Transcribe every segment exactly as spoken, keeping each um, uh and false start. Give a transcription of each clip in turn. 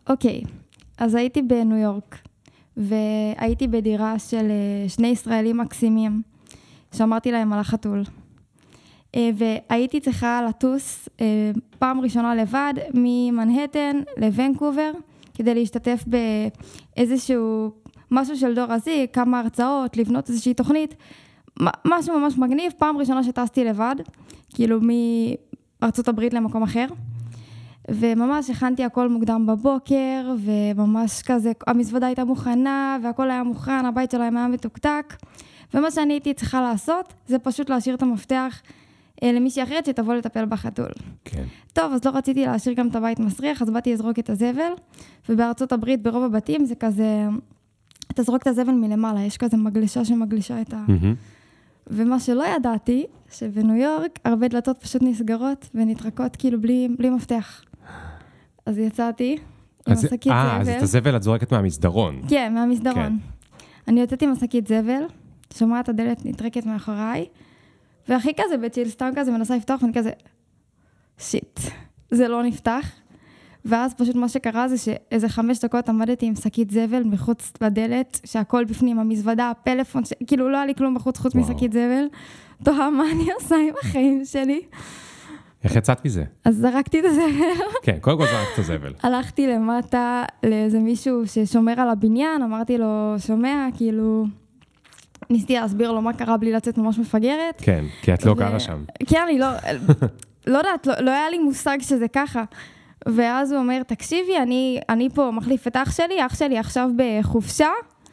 אוקיי, אז הייתי בניו יורק, והייתי בדירה של שני ישראלים מקסימים, שאמרתי להם על החתול. והייתי צריכה לטוס פעם ראשונה לבד ממנהטן לוונקובר, כדי להשתתף באיזשהו משהו של דור הזי, כמה הרצאות, לבנות איזושהי תוכנית, משהו ממש מגניב, פעם ראשונה שטסתי לבד, כאילו מארצות הברית למקום אחר, וממש הכנתי הכל מוקדם בבוקר, וממש כזה, המזוודה הייתה מוכנה, והכל היה מוכן, הבית שלהם היה מתוקתק, ומה שאני הייתי צריכה לעשות, זה פשוט להשאיר את המפתח למישהי אחרת שתבוא לטפל בחתול. כן. טוב, אז לא רציתי להשאיר גם את הבית מסריח, אז באתי לזרוק את הזבל, ובארצות הברית ברוב הבתים זה כזה, אתה זרוק את הזבל מלמעלה, יש כזה מגלישה שמגלישה את ה... ומה שלא ידעתי, שבניו יורק הרבה דלתות פשוט נסגרות ונתרקות כאילו בלי, בלי מפתח. אז יצאתי עם השקית זבל. אה, אז את הזבל את זורקת מהמסדרון. כן, מהמסדרון. אני יוצאתי עם השקית זבל, שומעת הדלת נתרקת מאחוריי, והכי כזה בצ'יל סתם כזה מנסה לפתוח, ואני כזה, שיט, זה לא נפתח. ואז פשוט מה שקרה זה שאיזה חמש דקות עמדתי עם שקית זבל מחוץ לדלת, שהכל בפנים, המזוודה, הפלאפון, ש... כאילו לא היה לי כלום בחוץ חוץ משקית זבל. תוהה, מה אני עושה עם החיים שלי? איך יצאת מזה? אז זרקתי את הזבל. כן, קודם כל זרקת את הזבל. הלכתי למטה לאיזה מישהו ששומר על הבניין, אמרתי לו, שומע, כאילו... ניסיתי להסביר לו מה קרה בלי לצאת ממש מפגרת. כן, כי את לא גרה שם. כן, אני לא... לא יודעת, לא היה לי מושג שזה ככה. ואז הוא אומר, תקשיבי, אני, אני פה מחליף את אח שלי, אח שלי עכשיו בחופשה,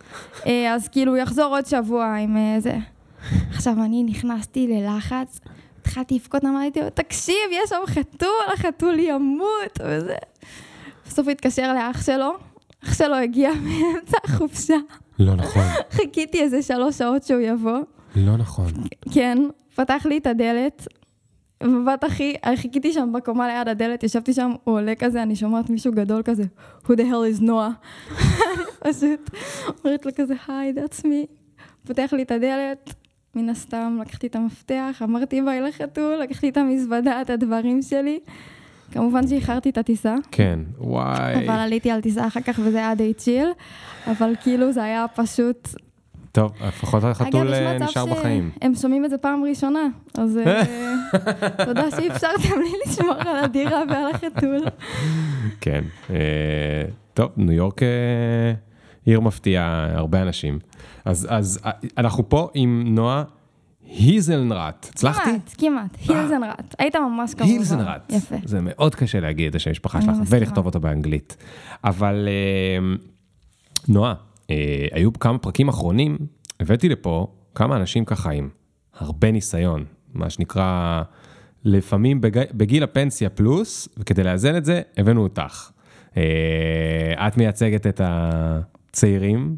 אז כאילו הוא יחזור עוד שבוע עם זה. עכשיו אני נכנסתי ללחץ, התחלתי לפקוד, אמרתי לו, תקשיב, יש שם חתול, החתול ימות, וזה. בסוף הוא התקשר לאח שלו, אח שלו הגיע מאמצע החופשה. לא נכון. חיכיתי איזה שלוש שעות שהוא יבוא. לא נכון. כן, פתח לי את הדלת, ובבת אחי, חיכיתי שם בקומה ליד הדלת, ישבתי שם, הוא עולה כזה, אני שומעת מישהו גדול כזה, who the hell is Noah? פשוט, אומרת לו כזה, hi, that's me. פותח לי את הדלת, מן הסתם, לקחתי את המפתח, אמרתי ביי לחתול, לקחתי את המזוודה, את הדברים שלי. כמובן שאיחרתי את הטיסה. כן, וואי. אבל עליתי על טיסה אחר כך, וזה היה די צ'יל, אבל כאילו זה היה פשוט... טוב, לפחות החתול נשאר בחיים. הם שומעים את זה פעם ראשונה, אז תודה שאפשרתם לי לשמור על הדירה ועל החתול. כן, טוב, ניו יורק עיר מפתיעה, הרבה אנשים. אז אנחנו פה עם נועה היזלנרט. הצלחתי? כמעט, כמעט, היזלנרט. היית ממש קרוב. היזלנרט. יפה. זה מאוד קשה להגיד את השם המשפחה שלך ולכתוב אותו באנגלית. אבל נועה, היו כמה פרקים אחרונים, הבאתי לפה כמה אנשים ככה עם הרבה ניסיון, מה שנקרא לפעמים בגיל הפנסיה פלוס, וכדי לאזן את זה, הבאנו אותך. את מייצגת את הצעירים,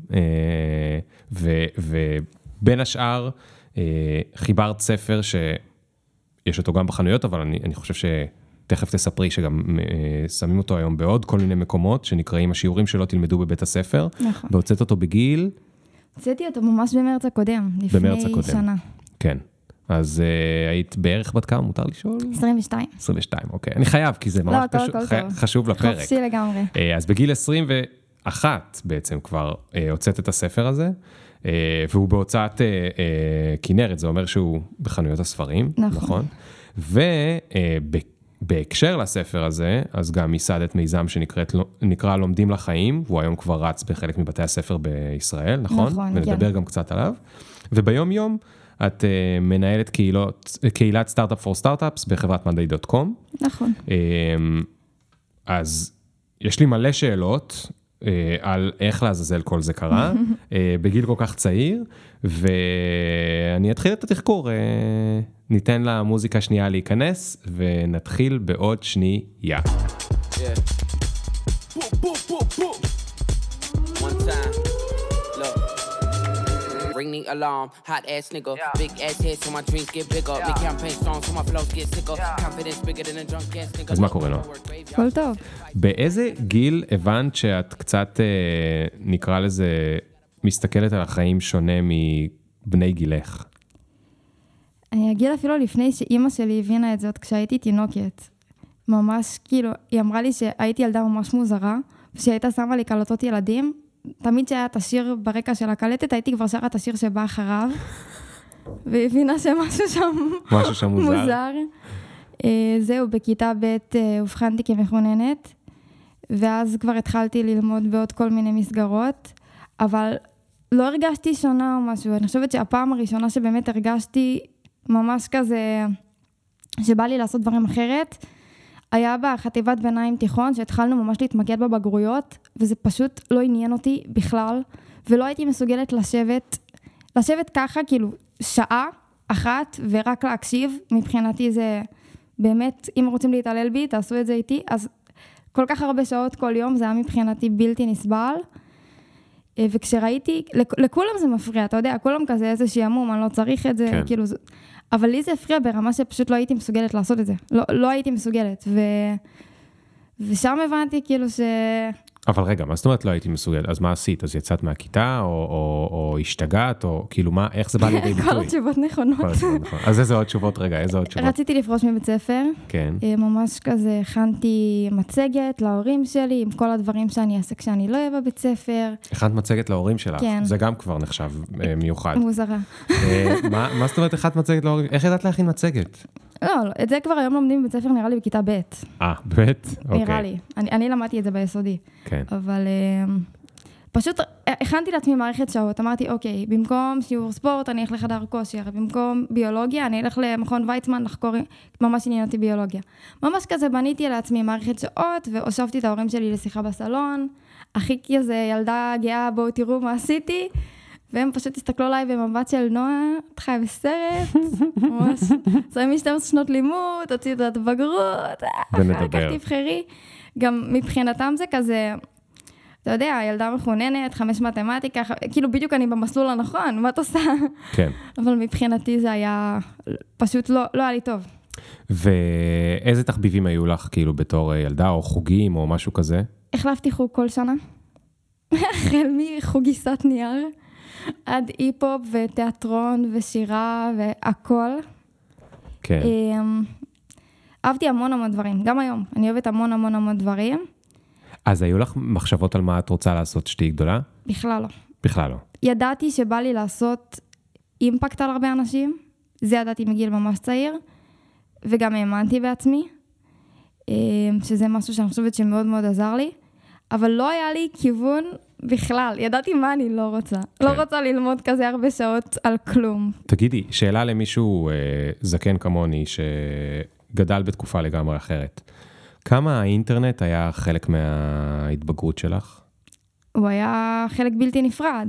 ובין השאר חיברת ספר שיש אותו גם בחנויות, אבל אני, אני חושב שתכף תספרי שגם שמים אותו היום בעוד כל מיני מקומות, שנקראים השיעורים שלא תלמדו בבית הספר, נכון. והוצאת אותו בגיל... הוצאתי אותו ממש במרץ הקודם, לפני במרץ הקודם. שנה. כן. אז uh, היית בערך בת כמה, מותר לשאול? עשרים ושתיים. עשרים ושתיים, אוקיי. אני חייב, כי זה ממש לא, פשוט, כל, ח... כל, חשוב לפרק. חופשי לגמרי. Uh, אז בגיל עשרים ואחת בעצם כבר uh, הוצאת את הספר הזה, uh, והוא בהוצאת uh, uh, כנרת, זה אומר שהוא בחנויות הספרים, נכון. נכון? ובהקשר uh, לספר הזה, אז גם ייסדת מיזם שנקרא לומדים לחיים, והוא היום כבר רץ בחלק מבתי הספר בישראל, נכון? נכון, ונדבר כן. גם קצת עליו. וביום יום, את uh, מנהלת קהילות, קהילת סטארט-אפ פור סטארט-אפס בחברת מאנדיי דוט קום. נכון. Um, אז יש לי מלא שאלות uh, על איך לעזאזל כל זה קרה, uh, בגיל כל כך צעיר, ואני אתחיל את התחקור, uh, ניתן למוזיקה שנייה להיכנס, ונתחיל בעוד שנייה. Yeah. Boom, boom, boom, boom. One time. Ring the alarm, hot ass nigga, yeah. Big ass head so my dreams get bigger, yeah. Big campaign strong so my flows get sicker, yeah. Confidence bigger than a drunk ass nigga. אז מה קורה לו? כל טוב. באיזה גיל הבנת שאת קצת, נקרא לזה, מסתכלת על החיים שונה מבני גילך? אני אגיד אפילו לפני שאימא שלי הבינה את זאת כשהייתי תינוקת. ממש כאילו, היא אמרה לי שהייתי ילדה ממש מוזרה, שהייתה שמה לי קלטות ילדים, תמיד שהיה את השיר ברקע של הקלטת, הייתי כבר שרה את השיר שבא אחריו, והיא הבינה שמשהו שם משהו שם מוזר. מוזר. זהו, בכיתה ב' הובחנתי כמחוננת, ואז כבר התחלתי ללמוד בעוד כל מיני מסגרות, אבל לא הרגשתי שונה או משהו. אני חושבת שהפעם הראשונה שבאמת הרגשתי ממש כזה, שבא לי לעשות דברים אחרת, היה בחטיבת ביניים תיכון, שהתחלנו ממש להתמקד בבגרויות, וזה פשוט לא עניין אותי בכלל, ולא הייתי מסוגלת לשבת, לשבת ככה כאילו שעה אחת, ורק להקשיב. מבחינתי זה באמת, אם רוצים להתעלל בי, תעשו את זה איתי, אז כל כך הרבה שעות כל יום, זה היה מבחינתי בלתי נסבל, וכשראיתי, לכולם זה מפריע, אתה יודע, כולם כזה איזה שיעמום, אני לא צריך את זה, כן. כאילו, אבל לי זה הפריע ברמה שפשוט לא הייתי מסוגלת לעשות את זה, לא, לא הייתי מסוגלת, ו... ושם הבנתי כאילו ש... אבל רגע, מה זאת אומרת לא הייתי מסוגלת? אז מה עשית? אז יצאת מהכיתה, או, או, או השתגעת, או כאילו מה, איך זה בא לידי ביטוי? כל התשובות נכונות. כל התשובות נכונות. אז איזה עוד תשובות, רגע, איזה עוד תשובות? רציתי לפרוש מבית ספר. כן. ממש כזה, הכנתי מצגת להורים שלי, עם כל הדברים שאני אעשה כשאני לא אהיה בבית ספר. הכנת מצגת להורים שלך? כן. זה גם כבר נחשב מיוחד. מוזרה. מה, מה זאת אומרת הכנת מצגת להורים? איך ידעת להכין מצגת? לא, את זה כבר היום לומדים בבית ספר, נראה לי בכיתה ב'. אה, ב'? נראה לי. אני, אני למדתי את זה ביסודי. כן. אבל פשוט הכנתי לעצמי מערכת שעות. אמרתי, אוקיי, במקום שיעור ספורט, אני אלך לחדר כושר. במקום ביולוגיה, אני אלך למכון ויצמן לחקור, ממש עניין אותי ביולוגיה. ממש כזה בניתי לעצמי מערכת שעות, והושבתי את ההורים שלי לשיחה בסלון. הכי כזה ילדה גאה, בואו תראו מה עשיתי. והם פשוט הסתכלו עליי במבט של נועה, את חיה בסרט, ממש, שמים שתים עשרה שנות לימוד, הוציאו את הבגרות, אחר כך תבחרי. גם מבחינתם זה כזה, אתה יודע, ילדה מחוננת, חמש מתמטיקה, כאילו בדיוק אני במסלול הנכון, מה את עושה? כן. אבל מבחינתי זה היה, פשוט לא, לא היה לי טוב. ואיזה תחביבים היו לך, כאילו, בתור ילדה, או חוגים, או משהו כזה? החלפתי חוג כל שנה, החל מחוגיסת נייר, עד אי-פופ ותיאטרון ושירה והכל. כן. אהבתי המון המון דברים, גם היום. אני אוהבת המון המון המון דברים. אז היו לך מחשבות על מה את רוצה לעשות שתהיי גדולה? בכלל לא. בכלל לא. ידעתי שבא לי לעשות אימפקט על הרבה אנשים, זה ידעתי מגיל ממש צעיר, וגם האמנתי בעצמי, שזה משהו שאני חושבת שמאוד מאוד עזר לי, אבל לא היה לי כיוון בכלל. ידעתי מה אני לא רוצה. כן. לא רוצה ללמוד כזה הרבה שעות על כלום. תגידי, שאלה למישהו אה, זקן כמוני, שגדל בתקופה לגמרי אחרת. כמה האינטרנט היה חלק מההתבגרות שלך? הוא היה חלק בלתי נפרד.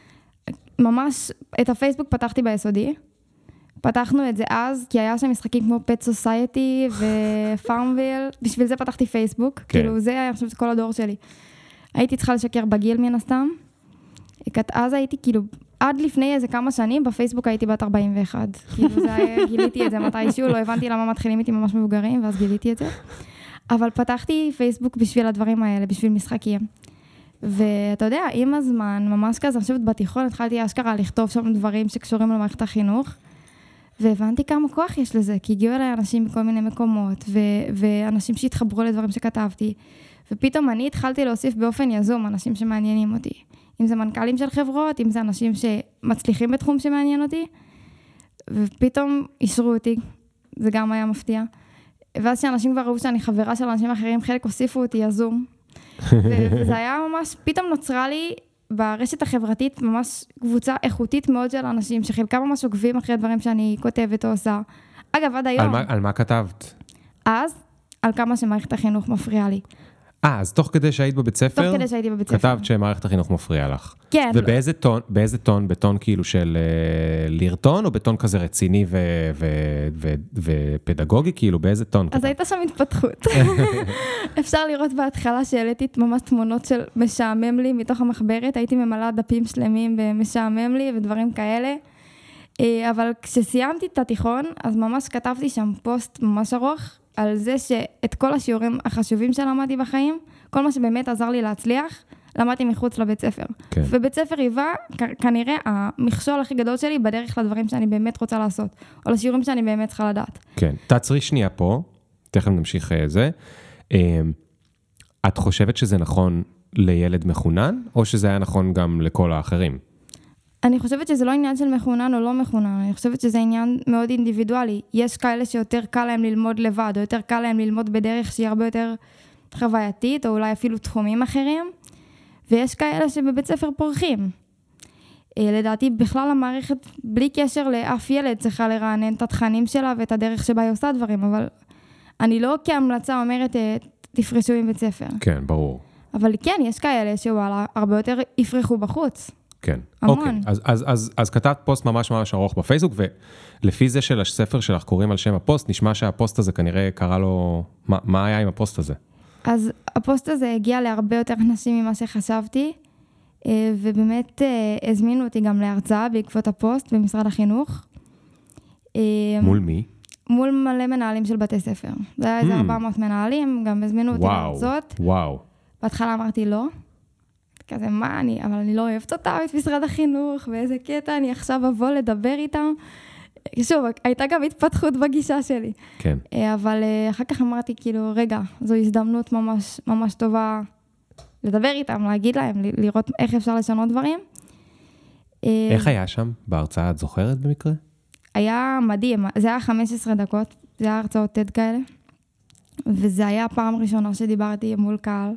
ממש, את הפייסבוק פתחתי ביסודי. פתחנו את זה אז, כי היה שם משחקים כמו Pet Society ו-Farmville. בשביל זה פתחתי פייסבוק. כן. כאילו, זה היה, אני חושבת, כל הדור שלי. הייתי צריכה לשקר בגיל מן הסתם. אז הייתי כאילו, עד לפני איזה כמה שנים, בפייסבוק הייתי בת ארבעים ואחת. כאילו, זה היה, גיליתי את זה מתישהו, לא הבנתי למה מתחילים איתי ממש מבוגרים, ואז גיליתי את זה. אבל פתחתי פייסבוק בשביל הדברים האלה, בשביל משחקים. ואתה יודע, עם הזמן, ממש כזה, אני חושבת בתיכון, התחלתי אשכרה לכתוב שם דברים שקשורים למערכת החינוך, והבנתי כמה כוח יש לזה, כי הגיעו אליי אנשים מכל מיני מקומות, ו- ואנשים שהתחברו לדברים שכתבתי, ופתאום אני התחלתי להוסיף באופן יזום, אנשים שמעניינים אותי. אם זה מנכ"לים של חברות, אם זה אנשים שמצליחים בתחום שמעניין אותי, ופתאום אישרו אותי, זה גם היה מפתיע. ואז שאנשים כבר ראו שאני חברה של אנשים אחרים, חלק הוסיפו אותי יזום. וזה היה ממש, פתאום נוצרה לי ברשת החברתית ממש קבוצה איכותית מאוד של אנשים, שחלקם ממש עוקבים אחרי הדברים שאני כותבת או עושה. אגב, עד היום. על מה, על מה כתבת? אז, על כמה שמערכת החינוך מפריעה לי. אה, אז תוך כדי שהיית בבית ספר? תוך כדי שהייתי בבית ספר. כתבת שמערכת החינוך מפריעה לך. כן. ובאיזה טון, באיזה טון, בטון כאילו של uh, לרטון, או בטון כזה רציני ו- ו- ו- ופדגוגי, כאילו, באיזה טון? אז כתבת? הייתה שם התפתחות. אפשר לראות בהתחלה שהעליתי ממש תמונות של משעמם לי מתוך המחברת, הייתי ממלאה דפים שלמים במשעמם לי ודברים כאלה. אבל כשסיימתי את התיכון, אז ממש כתבתי שם פוסט ממש ארוך, על זה שאת כל השיעורים החשובים שלמדתי בחיים, כל מה שבאמת עזר לי להצליח, למדתי מחוץ לבית ספר. כן. ובית ספר היווה, כנראה, המכשול הכי גדול שלי בדרך לדברים שאני באמת רוצה לעשות, או לשיעורים שאני באמת צריכה לדעת. כן, תעצרי שנייה פה, תכף נמשיך זה. את חושבת שזה נכון לילד מחונן, או שזה היה נכון גם לכל האחרים? אני חושבת שזה לא עניין של מחונן או לא מחונן, אני חושבת שזה עניין מאוד אינדיבידואלי. יש כאלה שיותר קל להם ללמוד לבד, או יותר קל להם ללמוד בדרך שהיא הרבה יותר חווייתית, או אולי אפילו תחומים אחרים, ויש כאלה שבבית ספר פורחים. לדעתי בכלל המערכת, בלי קשר לאף ילד, צריכה לרענן את התכנים שלה ואת הדרך שבה היא עושה דברים, אבל אני לא כהמלצה אומרת, תפרשו מבית ספר. כן, ברור. אבל כן, יש כאלה שוואלה, הרבה יותר יפרחו בחוץ. כן. המון. אוקיי. אז, אז, אז, אז כתבת פוסט ממש ממש ארוך בפייסבוק, ולפי זה של הספר שלך קוראים על שם הפוסט, נשמע שהפוסט הזה כנראה קרא לו, מה, מה היה עם הפוסט הזה? אז הפוסט הזה הגיע להרבה יותר אנשים ממה שחשבתי, ובאמת הזמינו אותי גם להרצאה בעקבות הפוסט במשרד החינוך. מול מי? מול מלא מנהלים של בתי ספר. זה היה איזה ארבע מאות מנהלים, גם הזמינו אותי להרצות. וואו. בהתחלה אמרתי לא, כזה מה אני, אבל אני לא אוהבת אותם, את משרד החינוך, ואיזה קטע, אני עכשיו אבוא לדבר איתם. שוב, הייתה גם התפתחות בגישה שלי. כן. אבל אחר כך אמרתי, כאילו, רגע, זו הזדמנות ממש, ממש טובה לדבר איתם, להגיד להם, לראות איך אפשר לשנות דברים. איך היה שם? בהרצאה את זוכרת במקרה? היה מדהים, זה היה חמש עשרה דקות, זה היה הרצאות טד כאלה, וזה היה הפעם ראשונה שדיברתי מול קהל.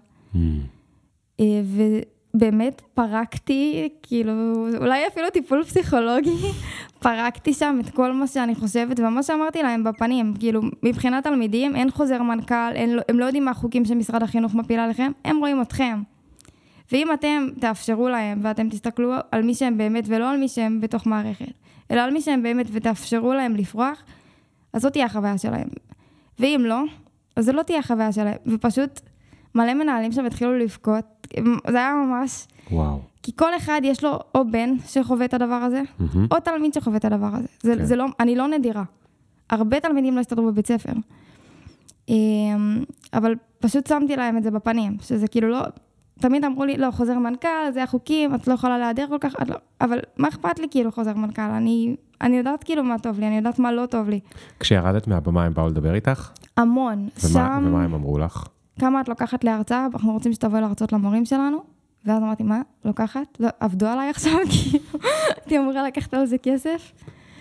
ובאמת פרקתי, כאילו, אולי אפילו טיפול פסיכולוגי, פרקתי שם את כל מה שאני חושבת, ומה שאמרתי להם בפנים, כאילו, מבחינת תלמידים, אין חוזר מנכ"ל, אין, הם לא יודעים מה החוקים שמשרד החינוך מפיל עליכם, הם רואים אתכם. ואם אתם תאפשרו להם, ואתם תסתכלו על מי שהם באמת, ולא על מי שהם בתוך מערכת, אלא על מי שהם באמת, ותאפשרו להם לפרוח, אז זאת תהיה החוויה שלהם. ואם לא, אז זו לא תהיה החוויה שלהם, ופשוט מלא מנהלים שם התחילו לבכות, זה היה ממש... וואו. כי כל אחד יש לו או בן שחווה את הדבר הזה, mm-hmm. או תלמיד שחווה את הדבר הזה. זה, כן. זה לא, אני לא נדירה. הרבה תלמידים לא הסתדרו בבית ספר. אבל פשוט שמתי להם את זה בפנים, שזה כאילו לא... תמיד אמרו לי, לא, חוזר מנכ"ל, זה החוקים, את לא יכולה להיעדר כל כך, לא, אבל מה אכפת לי כאילו חוזר מנכ"ל? אני, אני יודעת כאילו מה טוב לי, אני יודעת מה לא טוב לי. כשירדת מהבמה הם באו לדבר איתך? המון. ומה, שם... ומה הם אמרו לך? כמה את לוקחת להרצאה, אנחנו רוצים שתבואי להרצות למורים שלנו, ואז אמרתי, מה? לוקחת? לא, עבדו עליי עכשיו, כאילו, הייתי אמורה לקחת על זה כסף.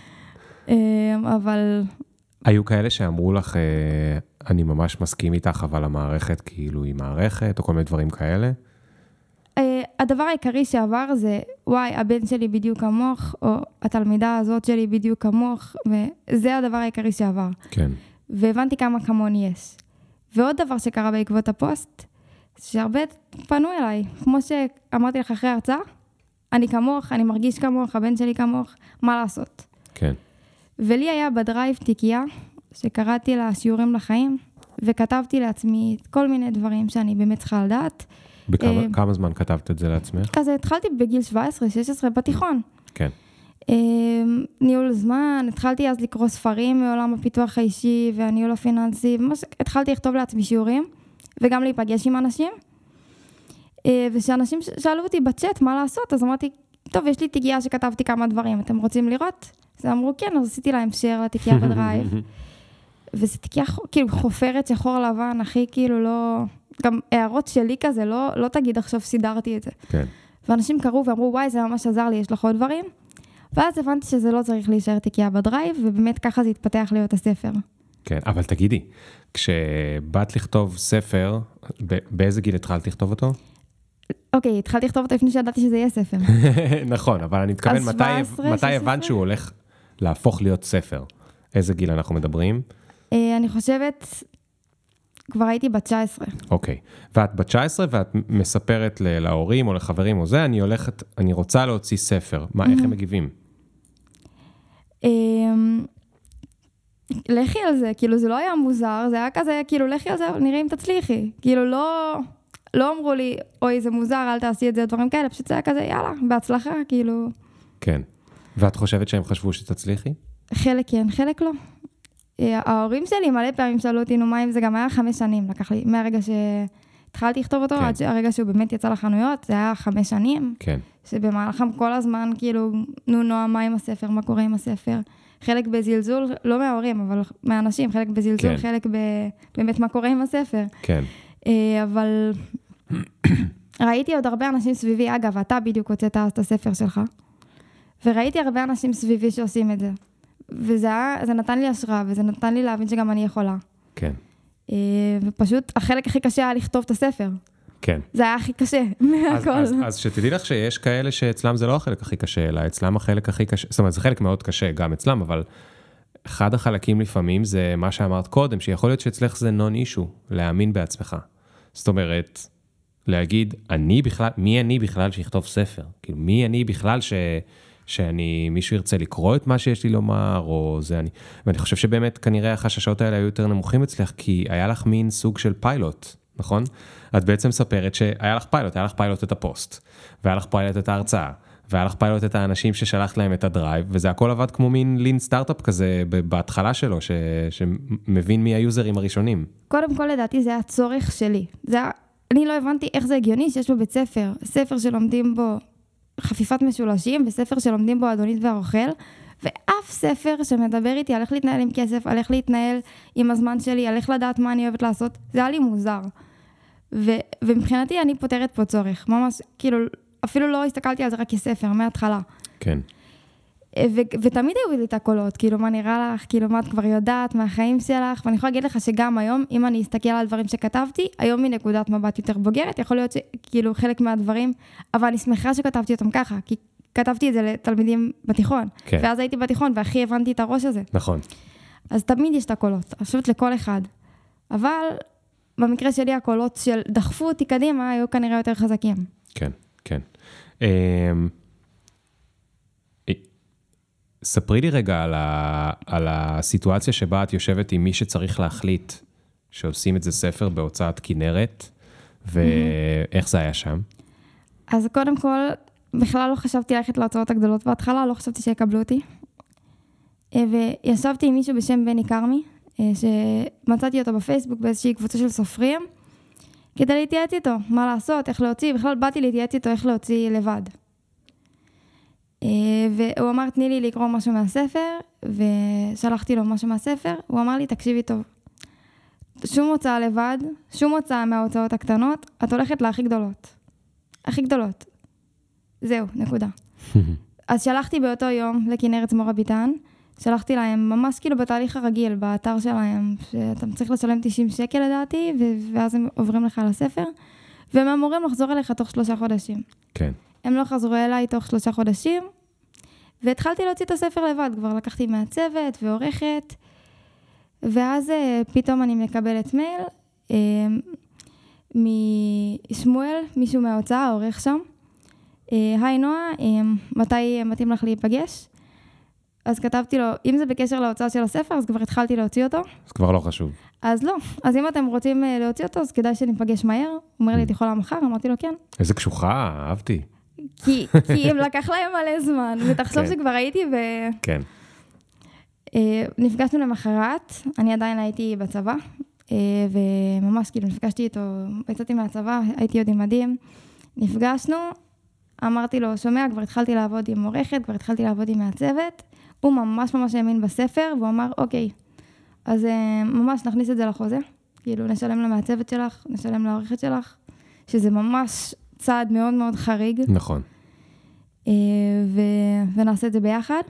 אבל... היו כאלה שאמרו לך, אני ממש מסכים איתך, אבל המערכת כאילו היא מערכת, או כל מיני דברים כאלה? הדבר העיקרי שעבר זה, וואי, הבן שלי בדיוק כמוך, או התלמידה הזאת שלי בדיוק כמוך, וזה הדבר העיקרי שעבר. כן. והבנתי כמה כמוני יש. ועוד דבר שקרה בעקבות הפוסט, שהרבה פנו אליי, כמו שאמרתי לך אחרי הרצאה, אני כמוך, אני מרגיש כמוך, הבן שלי כמוך, מה לעשות? כן. ולי היה בדרייב תיקייה, שקראתי לה שיעורים לחיים, וכתבתי לעצמי כל מיני דברים שאני באמת צריכה לדעת. בכמה כמה זמן כתבת את זה לעצמך? כזה התחלתי בגיל שבע עשרה שש עשרה בתיכון. כן. ניהול זמן, התחלתי אז לקרוא ספרים מעולם הפיתוח האישי והניהול הפיננסי, ממש התחלתי לכתוב לעצמי שיעורים, וגם להיפגש עם אנשים. ושאנשים שאלו אותי בצ'אט מה לעשות, אז אמרתי, טוב, יש לי תיקייה שכתבתי כמה דברים, אתם רוצים לראות? אז אמרו, כן, אז עשיתי להם share לתיקייה בדרייב. וזה תיקייה כאילו חופרת שחור לבן, הכי כאילו לא... גם הערות שלי כזה, לא, לא תגיד עכשיו סידרתי את זה. כן. ואנשים קראו ואמרו, וואי, זה ממש עזר לי, יש לך עוד דברים? ואז הבנתי שזה לא צריך להישאר תיקייה בדרייב, ובאמת ככה זה התפתח להיות הספר. כן, אבל תגידי, כשבאת לכתוב ספר, באיזה גיל התחלת לכתוב אותו? אוקיי, התחלתי לכתוב אותו לפני שידעתי שזה יהיה ספר. נכון, אבל אני מתכוון, מתי הבנת שהוא הולך להפוך להיות ספר? איזה גיל אנחנו מדברים? אני חושבת, כבר הייתי בת תשע עשרה. אוקיי, ואת בת תשע עשרה ואת מספרת להורים או לחברים או זה, אני הולכת, אני רוצה להוציא ספר. מה, איך הם מגיבים? לכי על זה, כאילו זה לא היה מוזר, זה היה כזה, כאילו לכי על זה, נראה אם תצליחי. כאילו לא, לא אמרו לי, אוי זה מוזר, אל תעשי את זה, דברים כאלה, פשוט זה היה כזה, יאללה, בהצלחה, כאילו. כן, ואת חושבת שהם חשבו שתצליחי? חלק כן, חלק לא. ההורים שלי מלא פעמים שאלו אותי, נו מה אם זה גם היה חמש שנים, לקח לי מהרגע שהתחלתי לכתוב אותו, עד הרגע שהוא באמת יצא לחנויות, זה היה חמש שנים, שבמהלכם כל הזמן, כאילו, נו נועה, מה עם הספר, מה קורה עם הספר, חלק בזלזול, לא מההורים, אבל מהאנשים, חלק בזלזול, חלק באמת מה קורה עם הספר. כן. אבל ראיתי עוד הרבה אנשים סביבי, אגב, אתה בדיוק הוצאת את הספר שלך, וראיתי הרבה אנשים סביבי שעושים את זה. וזה זה נתן לי השראה, וזה נתן לי להבין שגם אני יכולה. כן. ופשוט החלק הכי קשה היה לכתוב את הספר. כן. זה היה הכי קשה מהכל. אז, אז, אז שתדעי לך שיש כאלה שאצלם זה לא החלק הכי קשה, אלא אצלם החלק הכי קשה, זאת אומרת, זה חלק מאוד קשה, גם אצלם, אבל אחד החלקים לפעמים זה מה שאמרת קודם, שיכול להיות שאצלך זה נון אישו, להאמין בעצמך. זאת אומרת, להגיד, אני בכלל, מי אני בכלל שיכתוב ספר? כאילו, מי אני בכלל ש... שאני, מישהו ירצה לקרוא את מה שיש לי לומר, או זה אני, ואני חושב שבאמת כנראה החששות האלה היו יותר נמוכים אצלך, כי היה לך מין סוג של פיילוט, נכון? את בעצם ספרת שהיה לך פיילוט, היה לך פיילוט את הפוסט, והיה לך פיילוט את ההרצאה, והיה לך פיילוט את האנשים ששלחת להם את הדרייב, וזה הכל עבד כמו מין לין סטארט-אפ כזה בהתחלה שלו, ש, שמבין מי היוזרים הראשונים. קודם כל, לדעתי, זה הצורך שלי. זה, אני לא הבנתי איך זה הגיוני שיש בבית ספר, ספר שלומדים בו חפיפת משולשים, וספר שלומדים בו אדונית והרוכל, ואף ספר שמדבר איתי על איך להתנהל עם כסף, על איך להתנהל עם הזמן שלי, על איך לדעת מה אני אוהבת לעשות, זה היה לי מוזר. ו, ומבחינתי אני פותרת פה צורך, ממש, כאילו, אפילו לא הסתכלתי על זה רק כספר, מההתחלה. כן. ו, ותמיד היו לי את הקולות, כאילו, מה נראה לך, כאילו, מה את כבר יודעת מהחיים שלך, ואני יכולה להגיד לך שגם היום, אם אני אסתכל על דברים שכתבתי, היום מנקודת מבט יותר בוגרת, יכול להיות שכאילו חלק מהדברים, אבל אני שמחה שכתבתי אותם ככה, כי כתבתי את זה לתלמידים בתיכון, כן. ואז הייתי בתיכון, והכי הבנתי את הראש הזה. נכון. אז תמיד יש את הקולות, פשוט לכל אחד. אבל במקרה שלי, הקולות של דחפו אותי קדימה, היו כנראה יותר חזקים. כן, כן. ספרי לי רגע על, ה, על הסיטואציה שבה את יושבת עם מי שצריך להחליט שעושים את זה ספר בהוצאת כנרת, ואיך זה היה שם? אז קודם כל, בכלל לא חשבתי ללכת להוצאות הגדולות בהתחלה, לא חשבתי שיקבלו אותי. וישבתי עם מישהו בשם בני קרמי, שמצאתי אותו בפייסבוק באיזושהי קבוצה של סופרים, כדי להתייעץ איתו, מה לעשות, איך להוציא, בכלל באתי להתייעץ איתו איך להוציא לבד. והוא אמר, תני לי לקרוא משהו מהספר, ושלחתי לו משהו מהספר, הוא אמר לי, תקשיבי טוב, שום הוצאה לבד, שום הוצאה מההוצאות הקטנות, את הולכת להכי גדולות. הכי גדולות. זהו, נקודה. אז שלחתי באותו יום לכנרת זמורה ביטן, שלחתי להם ממש כאילו בתהליך הרגיל, באתר שלהם, שאתה צריך לשלם תשעים שקל לדעתי, ואז הם עוברים לך לספר, והם אמורים לחזור אליך תוך שלושה חודשים. כן. הם לא חזרו אליי תוך שלושה חודשים, והתחלתי להוציא את הספר לבד, כבר לקחתי מהצוות ועורכת, ואז פתאום אני מקבלת מייל, משמואל, מישהו מההוצאה, העורך שם, היי נועה, מתי מתאים לך להיפגש? אז כתבתי לו, אם זה בקשר להוצאה של הספר, אז כבר התחלתי להוציא אותו. אז כבר לא חשוב. אז לא. אז אם אתם רוצים להוציא אותו, אז כדאי שניפגש מהר. הוא אומר לי, את יכולה מחר? אמרתי לו, כן. איזה קשוחה, אהבתי. כי, כי אם לקח להם מלא זמן, ותחשוב כן. שכבר הייתי ו... כן. נפגשנו למחרת, אני עדיין הייתי בצבא, וממש כאילו נפגשתי איתו, יצאתי מהצבא, הייתי עוד עם מדים, נפגשנו, אמרתי לו, שומע, כבר התחלתי לעבוד עם עורכת, כבר התחלתי לעבוד עם מהצוות, הוא ממש ממש האמין בספר, והוא אמר, אוקיי, אז ממש נכניס את זה לחוזה, כאילו נשלם לה מהצוות שלך, נשלם לעורכת שלך, שזה ממש צעד מאוד מאוד חריג. נכון. ו... ונעשה את זה ביחד.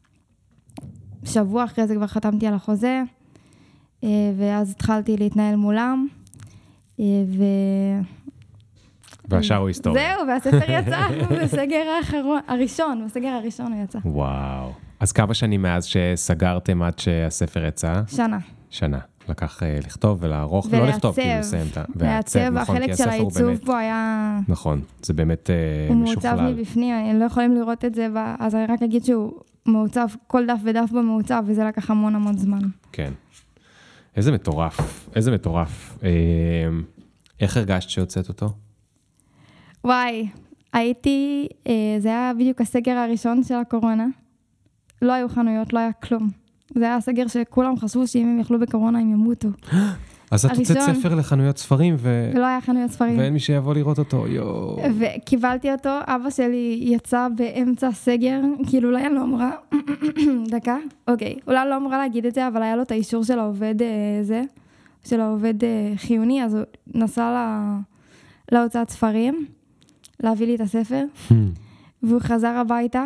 שבוע אחרי זה כבר חתמתי על החוזה, ואז התחלתי להתנהל מולם, ו... והשאר הוא היסטוריה. זהו, והספר יצא בסגר האחרון, הראשון, בסגר הראשון הוא יצא. וואו. אז כמה שנים מאז שסגרתם עד שהספר יצא? שנה. שנה. לקח לכתוב ולערוך, ולא לכתוב, כאילו לסיים את ה... ולעצב, החלק של העיצוב פה היה... נכון, זה באמת הוא משוכלל. מעוצב מבפנים, הם לא יכולים לראות את זה, אז אני רק אגיד שהוא מעוצב, כל דף ודף בו מעוצב, וזה לקח המון המון זמן. כן. איזה מטורף, איזה מטורף. איך הרגשת שיוצאת אותו? וואי, הייתי, זה היה בדיוק הסגר הראשון של הקורונה. לא היו חנויות, לא היה כלום. זה היה סגר שכולם חשבו שאם הם יאכלו בקורונה, הם ימותו. אז את הוצאת ספר לחנויות ספרים, ו... ולא היה חנויות ספרים. ואין מי שיבוא לראות אותו, יו. וקיבלתי אותו, אבא שלי יצא באמצע הסגר, כאילו אולי אני לא אמורה, דקה, אוקיי, אולי לא אמורה להגיד את זה, אבל היה לו את האישור של העובד זה, של העובד חיוני, אז הוא נסע לה, להוצאת ספרים, להביא לי את הספר, והוא חזר הביתה,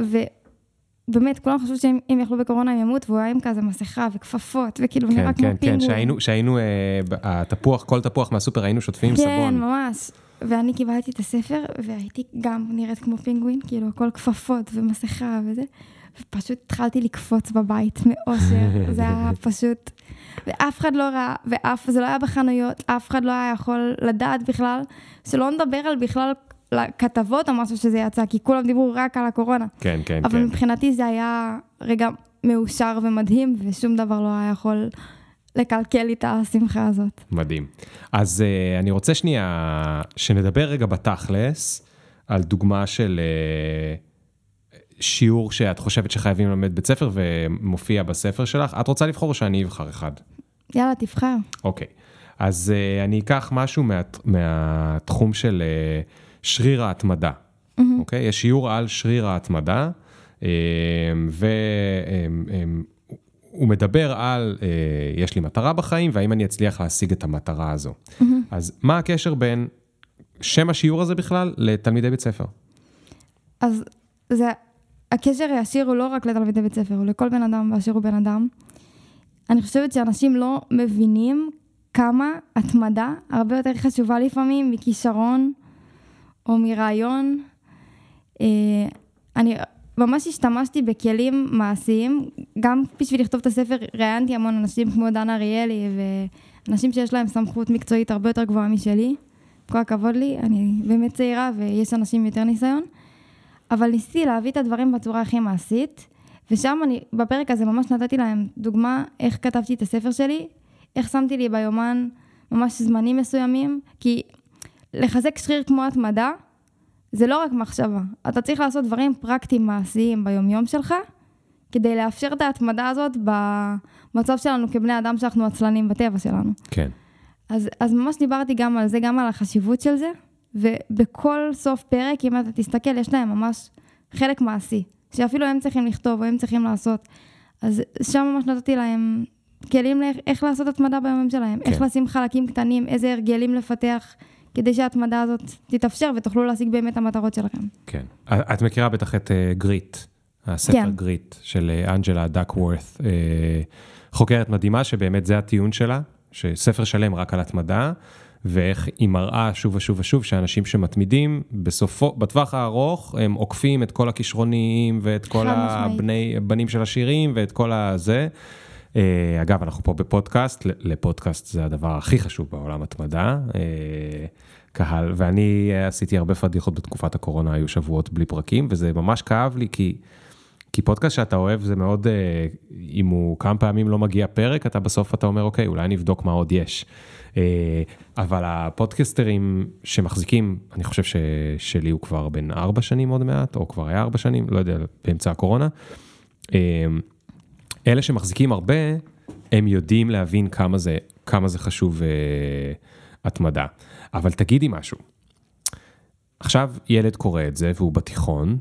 ובאמת, כולם חשבו שאם יאכלו בקורונה הם ימות, והוא היה עם כזה מסכה וכפפות, וכאילו נראה כמו פינגווין. כן, כן, שהיינו, התפוח, כל תפוח מהסופר היינו שוטפים עם סבון. כן, ממש. ואני קיבלתי את הספר, והייתי גם נראית כמו פינגווין, כאילו הכל כפפות ומסכה וזה, ופשוט התחלתי לקפוץ בבית מאושר, זה היה פשוט, ואף אחד לא ראה, ואף, זה לא היה בחנויות, אף אחד לא היה יכול לדעת בכלל, שלא נדבר על בכלל כתבות או משהו שזה יצא, כי כולם דיברו רק על הקורונה. כן, כן, אבל כן. מבחינתי זה היה רגע מאושר ומדהים, ושום דבר לא היה יכול לקלקל לי את השמחה הזאת. מדהים. אז uh, אני רוצה שנייה, שנדבר רגע בתכלס, על דוגמה של uh, שיעור שאת חושבת שחייבים ללמד בית ספר, ומופיע בספר שלך. את רוצה לבחור או שאני אבחר אחד? יאללה, תבחר. אוקיי. אז uh, אני אקח משהו מה, מהתחום של uh, שריר ההתמדה. Mm-hmm. אוקיי? יש שיעור על שריר ההתמדה, uh, ו... Um, um, הוא מדבר על, אה, יש לי מטרה בחיים, והאם אני אצליח להשיג את המטרה הזו. Mm-hmm. אז מה הקשר בין שם השיעור הזה בכלל לתלמידי בית ספר? אז זה, הקשר הישיר הוא לא רק לתלמידי בית ספר, הוא לכל בן אדם באשר הוא בן אדם. אני חושבת שאנשים לא מבינים כמה התמדה הרבה יותר חשובה לפעמים מכישרון או מרעיון. אה, אני... ממש השתמשתי בכלים מעשיים, גם בשביל לכתוב את הספר ראיינתי המון אנשים כמו דן אריאלי, ואנשים שיש להם סמכות מקצועית הרבה יותר גבוהה משלי, כל הכבוד לי, אני באמת צעירה ויש אנשים יותר ניסיון, אבל ניסיתי להביא את הדברים בצורה הכי מעשית, ושם אני, בפרק הזה ממש נתתי להם דוגמה איך כתבתי את הספר שלי, איך שמתי לי ביומן ממש זמנים מסוימים, כי לחזק שריר כמו התמדה, זה לא רק מחשבה. אתה צריך לעשות דברים פרקטיים מעשיים ביומיום שלך, כדי לאפשר את ההתמדה הזאת במצב שלנו כבני אדם שאנחנו עצלנים בטבע שלנו. כן. אז, אז ממש דיברתי גם על זה, גם על החשיבות של זה, ובכל סוף פרק, אם אתה תסתכל, יש להם ממש חלק מעשי, שאפילו הם צריכים לכתוב, או הם צריכים לעשות. אז שם ממש נתתי להם כלים לאיך לעשות התמדה ביומיום שלהם, כן. איך לשים חלקים קטנים, איזה הרגלים לפתח, כדי שההתמדה הזאת תתאפשר ותוכלו להשיג באמת המטרות שלכם. כן. את מכירה בטח את גריט, הספר גריט של אנג'לה דקוורת, חוקרת מדהימה שבאמת זה הטיעון שלה, שספר שלם רק על התמדה, ואיך היא מראה שוב ושוב ושוב שאנשים שמתמידים, בסופו, בטווח הארוך הם עוקפים את כל הכישרוניים ואת כל הבנים של השירים ואת כל הזה. אגב, אנחנו פה בפודקאסט, לפודקאסט זה הדבר הכי חשוב בעולם התמדה, קהל, ואני עשיתי הרבה פדיחות בתקופת הקורונה, היו שבועות בלי פרקים, וזה ממש כאב לי, כי, כי פודקאסט שאתה אוהב זה מאוד, אם הוא כמה פעמים לא מגיע פרק, אתה בסוף אתה אומר, אוקיי, אולי נבדוק מה עוד יש. אבל הפודקסטרים שמחזיקים, אני חושב ששלי הוא כבר בין ארבע שנים עוד מעט, או כבר היה ארבע שנים, לא יודע, באמצע הקורונה, אלה שמחזיקים הרבה, הם יודעים להבין כמה זה, כמה זה חשוב התמדה. אבל תגידי משהו. עכשיו ילד קורא את זה, והוא בתיכון,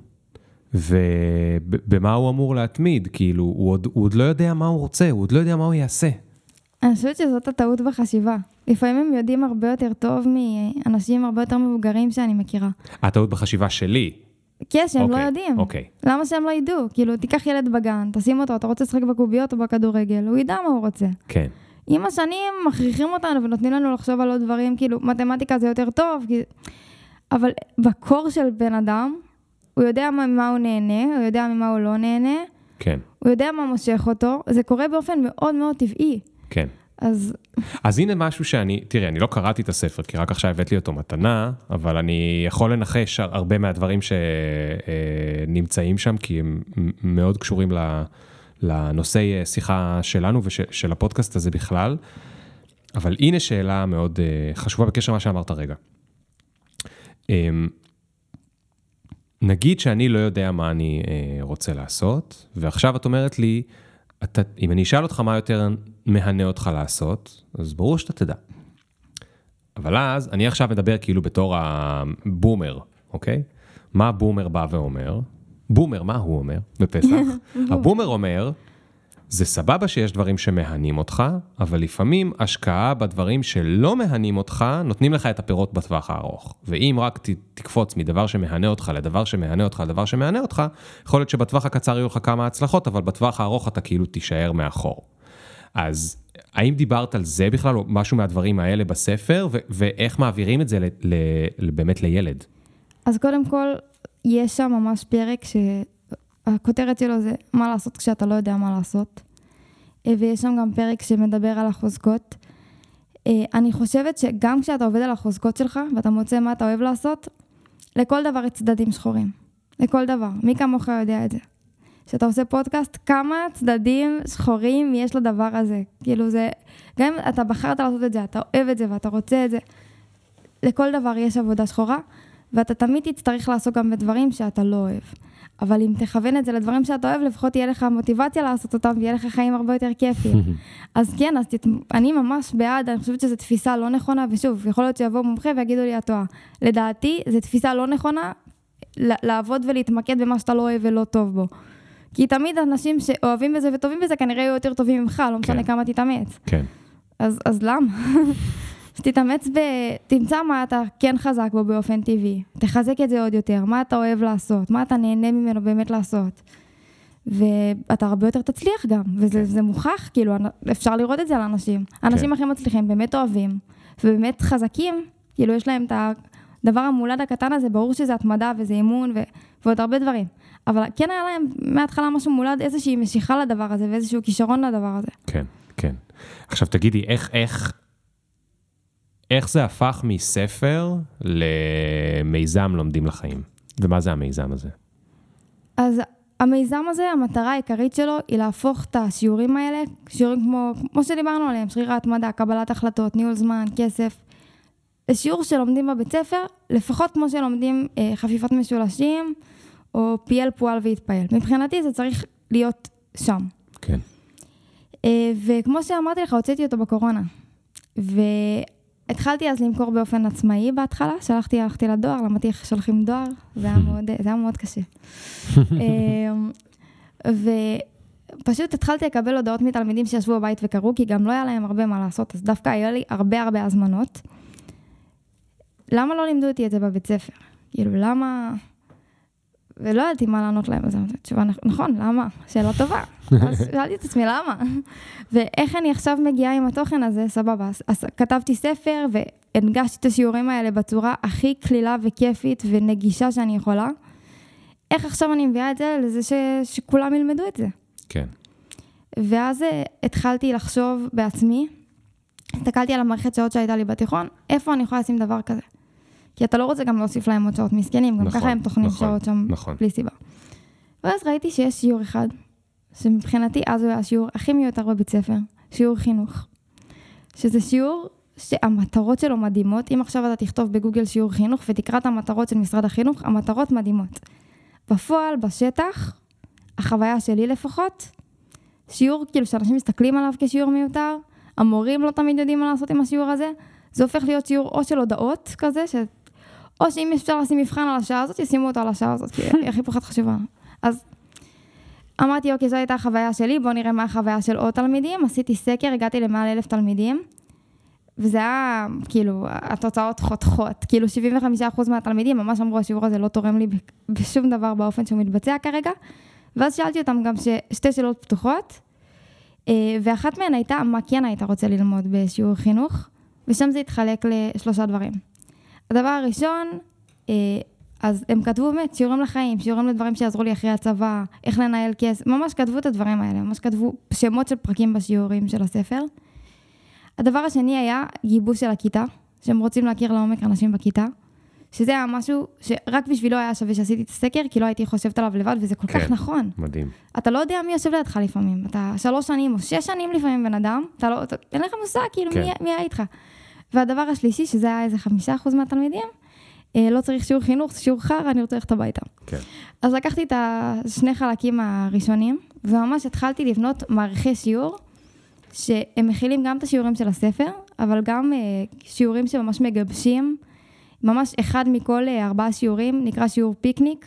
ובמה הוא אמור להתמיד? כאילו, הוא עוד, הוא עוד לא יודע מה הוא רוצה, הוא עוד לא יודע מה הוא יעשה. אני חושבת שזאת הטעות בחשיבה. לפעמים הם יודעים הרבה יותר טוב מאנשים הרבה יותר מבוגרים שאני מכירה. הטעות בחשיבה שלי. כן, שהם לא יודעים. אוקיי. למה שהם לא ידעו? כאילו, תיקח ילד בגן, תשים אותו, אתה רוצה לשחק בקוביות או בכדורגל, הוא ידע מה הוא רוצה. כן. עם השנים מכריחים אותנו ונותנים לנו לחשוב על עוד דברים, כאילו, מתמטיקה זה יותר טוב, כי... אבל בקור של בן אדם, הוא יודע ממה הוא נהנה, הוא יודע ממה הוא לא נהנה, כן. הוא יודע מה מושך אותו, זה קורה באופן מאוד מאוד טבעי. כן. אז... אז הנה משהו שאני, תראי, אני לא קראתי את הספר, כי רק עכשיו הבאת לי אותו מתנה, אבל אני יכול לנחש הרבה מהדברים שנמצאים שם, כי הם מאוד קשורים לנושאי שיחה שלנו ושל הפודקאסט הזה בכלל. אבל הנה שאלה מאוד חשובה בקשר למה שאמרת רגע. נגיד שאני לא יודע מה אני רוצה לעשות, ועכשיו את אומרת לי, אתה, אם אני אשאל אותך מה יותר מהנה אותך לעשות, אז ברור שאתה תדע. אבל אז, אני עכשיו מדבר כאילו בתור הבומר, אוקיי? מה הבומר בא ואומר? בומר, מה הוא אומר בפסח? הבומר אומר, זה סבבה שיש דברים שמהנים אותך, אבל לפעמים השקעה בדברים שלא מהנים אותך, נותנים לך את הפירות בטווח הארוך. ואם רק ת, תקפוץ מדבר שמהנה אותך לדבר שמהנה אותך לדבר שמהנה אותך, יכול להיות שבטווח הקצר יהיו לך כמה הצלחות, אבל בטווח הארוך אתה כאילו תישאר מאחור. אז האם דיברת על זה בכלל, או משהו מהדברים האלה בספר, ו- ואיך מעבירים את זה ל- ל- באמת לילד? אז קודם כל, יש שם ממש פרק שהכותרת שלו זה מה לעשות כשאתה לא יודע מה לעשות. ויש שם גם פרק שמדבר על החוזקות. אני חושבת שגם כשאתה עובד על החוזקות שלך, ואתה מוצא מה אתה אוהב לעשות, לכל דבר יש צדדים שחורים. לכל דבר. מי כמוך יודע את זה. כשאתה עושה פודקאסט, כמה צדדים שחורים יש לדבר הזה. כאילו זה, גם אם אתה בחרת לעשות את זה, אתה אוהב את זה ואתה רוצה את זה, לכל דבר יש עבודה שחורה, ואתה תמיד תצטרך לעשות גם בדברים שאתה לא אוהב. אבל אם תכוון את זה לדברים שאתה אוהב, לפחות תהיה לך מוטיבציה לעשות אותם, ויהיה לך חיים הרבה יותר כיפים. אז כן, אז תת... אני ממש בעד, אני חושבת שזו תפיסה לא נכונה, ושוב, יכול להיות שיבוא מומחה ויגידו לי התואר. לדעתי, זו תפיסה לא נכונה, לעבוד ולהתמקד במה שאתה לא אוהב ולא טוב בו. כי תמיד אנשים שאוהבים בזה וטובים בזה, כנראה יהיו יותר טובים ממך, לא משנה כמה תתאמץ. כן. אז, אז למה? תתאמץ ב... תמצא מה אתה כן חזק בו באופן טבעי. תחזק את זה עוד יותר. מה אתה אוהב לעשות? מה אתה נהנה ממנו באמת לעשות? ואתה הרבה יותר תצליח גם. וזה זה מוכח, כאילו, אפשר לראות את זה על אנשים. האנשים הכי מצליחים, באמת אוהבים, ובאמת חזקים, כאילו, יש להם את הדבר המולד הקטן הזה, ברור שזה התמדה וזה אימון ו... ועוד הרבה דברים. אבל כן היה להם מההתחלה משהו מולד, איזושהי משיכה לדבר הזה, ואיזשהו כישרון לדבר הזה. כן, כן. עכשיו תגידי, איך, איך, איך זה הפך מספר למיזם לומדים לחיים? ומה זה המיזם הזה? אז המיזם הזה, המטרה העיקרית שלו, היא להפוך את השיעורים האלה, שיעורים כמו, כמו שדיברנו עליהם, שריר ההתמדה, קבלת החלטות, ניהול זמן, כסף, לשיעור שלומדים בבית ספר, לפחות כמו שלומדים אה, חפיפת משולשים, או פייל פועל והתפעל. מבחינתי זה צריך להיות שם. כן. וכמו שאמרתי לך, הוצאתי אותו בקורונה. והתחלתי אז למכור באופן עצמאי בהתחלה, שלחתי, הלכתי לדואר, למדתי איך שולחים דואר, זה היה מאוד, זה היה מאוד קשה. ופשוט התחלתי לקבל הודעות מתלמידים שישבו בבית וקראו, כי גם לא היה להם הרבה מה לעשות, אז דווקא היה לי הרבה הרבה הזמנות. למה לא לימדו אותי את זה בבית ספר? כאילו, למה... ולא ידעתי מה לענות להם, אז תשובה, נכון, למה? שאלה טובה. אז שאלתי את עצמי, למה? ואיך אני עכשיו מגיעה עם התוכן הזה, סבבה. אז כתבתי ספר והנגשתי את השיעורים האלה בצורה הכי כלילה וכיפית ונגישה שאני יכולה. איך עכשיו אני מביאה את זה לזה ש... שכולם ילמדו את זה? כן. ואז התחלתי לחשוב בעצמי, הסתכלתי על המערכת שעות שהייתה לי בתיכון, איפה אני יכולה לשים דבר כזה? כי אתה לא רוצה גם להוסיף להם עוד שעות מסכנים, גם נכון, ככה הם תוכנים נכון, שעות שם נכון. בלי סיבה. ואז ראיתי שיש שיעור אחד, שמבחינתי אז הוא היה השיעור הכי מיותר בבית ספר, שיעור חינוך. שזה שיעור שהמטרות שלו מדהימות, אם עכשיו אתה תכתוב בגוגל שיעור חינוך ותקרא את המטרות של משרד החינוך, המטרות מדהימות. בפועל, בשטח, החוויה שלי לפחות, שיעור כאילו שאנשים מסתכלים עליו כשיעור מיותר, המורים לא תמיד יודעים מה לעשות עם השיעור הזה, זה הופך להיות שיעור או של הודעות כזה, ש... או שאם אפשר לשים מבחן על השעה הזאת, ישימו אותו על השעה הזאת, כי היא הכי פחות חשובה. אז אמרתי, אוקיי, זו הייתה החוויה שלי, בואו נראה מה החוויה של עוד תלמידים. עשיתי סקר, הגעתי למעל אלף תלמידים, וזה היה, כאילו, התוצאות חותכות. כאילו, שבעים וחמישה אחוז מהתלמידים ממש אמרו, השיעור הזה לא תורם לי בשום דבר באופן שהוא מתבצע כרגע. ואז שאלתי אותם גם שתי שאלות פתוחות, ואחת מהן הייתה, מה כן היית רוצה ללמוד בשיעור חינוך? ושם זה התחלק לשלושה דברים. הדבר הראשון, אז הם כתבו באמת שיעורים לחיים, שיעורים לדברים שיעזרו לי אחרי הצבא, איך לנהל כסף, ממש כתבו את הדברים האלה, ממש כתבו שמות של פרקים בשיעורים של הספר. הדבר השני היה גיבוש של הכיתה, שהם רוצים להכיר לעומק אנשים בכיתה, שזה היה משהו שרק בשבילו היה שווה שעשיתי את הסקר, כי לא הייתי חושבת עליו לבד, וזה כל כך נכון. מדהים. אתה לא יודע מי יושב לידך לפעמים, אתה שלוש שנים או שש שנים לפעמים בן אדם, אתה לא, אתה, אין לך מושג, כאילו, מי, מי היה איתך. והדבר השלישי, שזה היה איזה חמישה אחוז מהתלמידים, לא צריך שיעור חינוך, זה שיעור חר, אני רוצה ללכת הביתה. כן. אז לקחתי את השני חלקים הראשונים, וממש התחלתי לבנות מערכי שיעור, שהם מכילים גם את השיעורים של הספר, אבל גם שיעורים שממש מגבשים, ממש אחד מכל ארבעה שיעורים, נקרא שיעור פיקניק,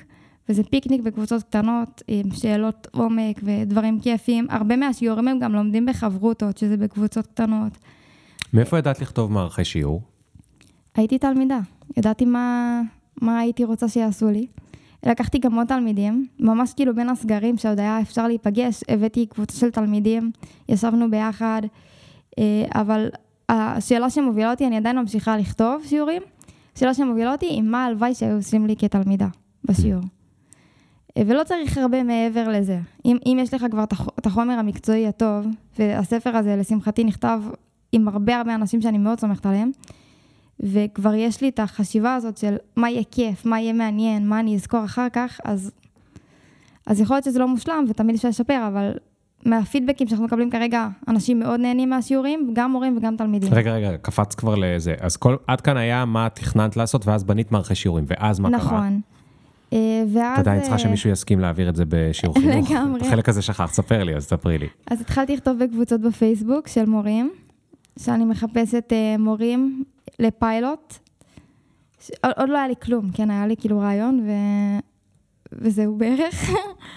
וזה פיקניק בקבוצות קטנות, עם שאלות עומק ודברים כיפים. הרבה מהשיעורים הם גם לומדים בחברותות, שזה בקבוצות קטנות. מאיפה ידעת לכתוב מערכי שיעור? הייתי תלמידה, ידעתי מה, מה הייתי רוצה שיעשו לי. לקחתי גם עוד תלמידים, ממש כאילו בין הסגרים שעוד היה אפשר להיפגש, הבאתי קבוצה של תלמידים, ישבנו ביחד, אבל השאלה שמובילה אותי, אני עדיין ממשיכה לכתוב שיעורים, השאלה שמובילה אותי היא מה הלוואי שהיו עושים לי כתלמידה בשיעור. ולא צריך הרבה מעבר לזה. אם, אם יש לך כבר את החומר המקצועי הטוב, והספר הזה לשמחתי נכתב עם הרבה הרבה אנשים שאני מאוד סומכת עליהם, וכבר יש לי את החשיבה הזאת של מה יהיה כיף, מה יהיה מעניין, מה אני אזכור אחר כך, אז, אז יכול להיות שזה לא מושלם ותמיד אפשר לשפר, אבל מהפידבקים שאנחנו מקבלים כרגע, אנשים מאוד נהנים מהשיעורים, גם מורים וגם תלמידים. רגע, רגע, קפץ כבר לזה. אז כל, עד כאן היה מה תכננת לעשות, ואז בנית מערכי שיעורים, ואז מה נכון. קרה? נכון. ואז... אתה עדיין צריכה שמישהו יסכים להעביר את זה בשיעור חינוך. לגמרי. החלק הזה שכח, ספר לי, אז תספרי לי. אז התחלתי לכתוב בקבוצות בפייסבוק של מורים, שאני מחפשת מורים לפיילוט. עוד, עוד לא היה לי כלום, כן, היה לי כאילו רעיון, ו... וזהו בערך.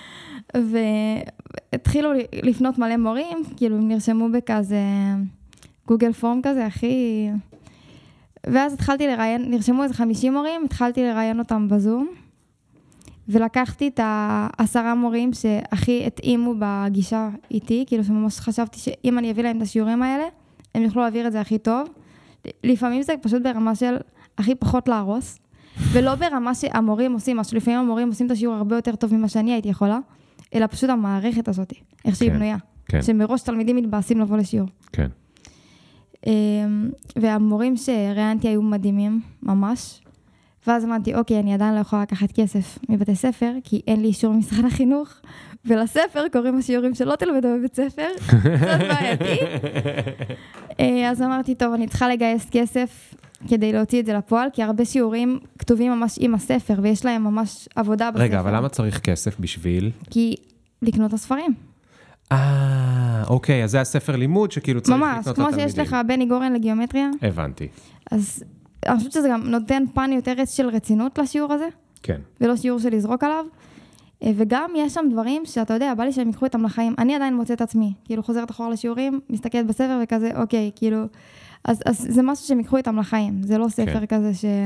והתחילו לפנות מלא מורים, כאילו הם נרשמו בכזה גוגל פורם כזה, הכי... ואז התחלתי לראיין, נרשמו איזה חמישים מורים, התחלתי לראיין אותם בזום, ולקחתי את העשרה מורים שהכי התאימו בגישה איתי, כאילו שממש חשבתי שאם אני אביא להם את השיעורים האלה, הם יוכלו להעביר את זה הכי טוב. לפעמים זה פשוט ברמה של הכי פחות להרוס, ולא ברמה שהמורים עושים, משהו לפעמים המורים עושים את השיעור הרבה יותר טוב ממה שאני הייתי יכולה, אלא פשוט המערכת הזאת, איך שהיא בנויה. כן. שמראש תלמידים מתבאסים לבוא לשיעור. כן. והמורים שראיינתי היו מדהימים, ממש. ואז אמרתי, אוקיי, אני עדיין לא יכולה לקחת כסף מבתי ספר, כי אין לי אישור משרד החינוך, ולספר קוראים השיעורים שלא תלמדו בבית ספר, זאת בעייתי. אז אמרתי, טוב, אני צריכה לגייס כסף כדי להוציא את זה לפועל, כי הרבה שיעורים כתובים ממש עם הספר, ויש להם ממש עבודה בספר. רגע, אבל למה צריך כסף בשביל? כי לקנות את הספרים. אה, אוקיי, אז זה הספר לימוד שכאילו צריך לקנות את התלמידים. ממש, כמו שיש לך בני גורן לגיאומטריה. הבנתי. אז אני חושבת שזה גם נותן פן יותר של רצינות לשיעור הזה. כן. ולא שיעור של לזרוק עליו. וגם יש שם דברים שאתה יודע, בא לי שהם יקחו איתם לחיים. אני עדיין מוצאת עצמי. כאילו חוזרת אחורה לשיעורים, מסתכלת בספר וכזה, אוקיי, כאילו... אז, אז זה משהו שהם יקחו איתם לחיים. זה לא ספר כן. כזה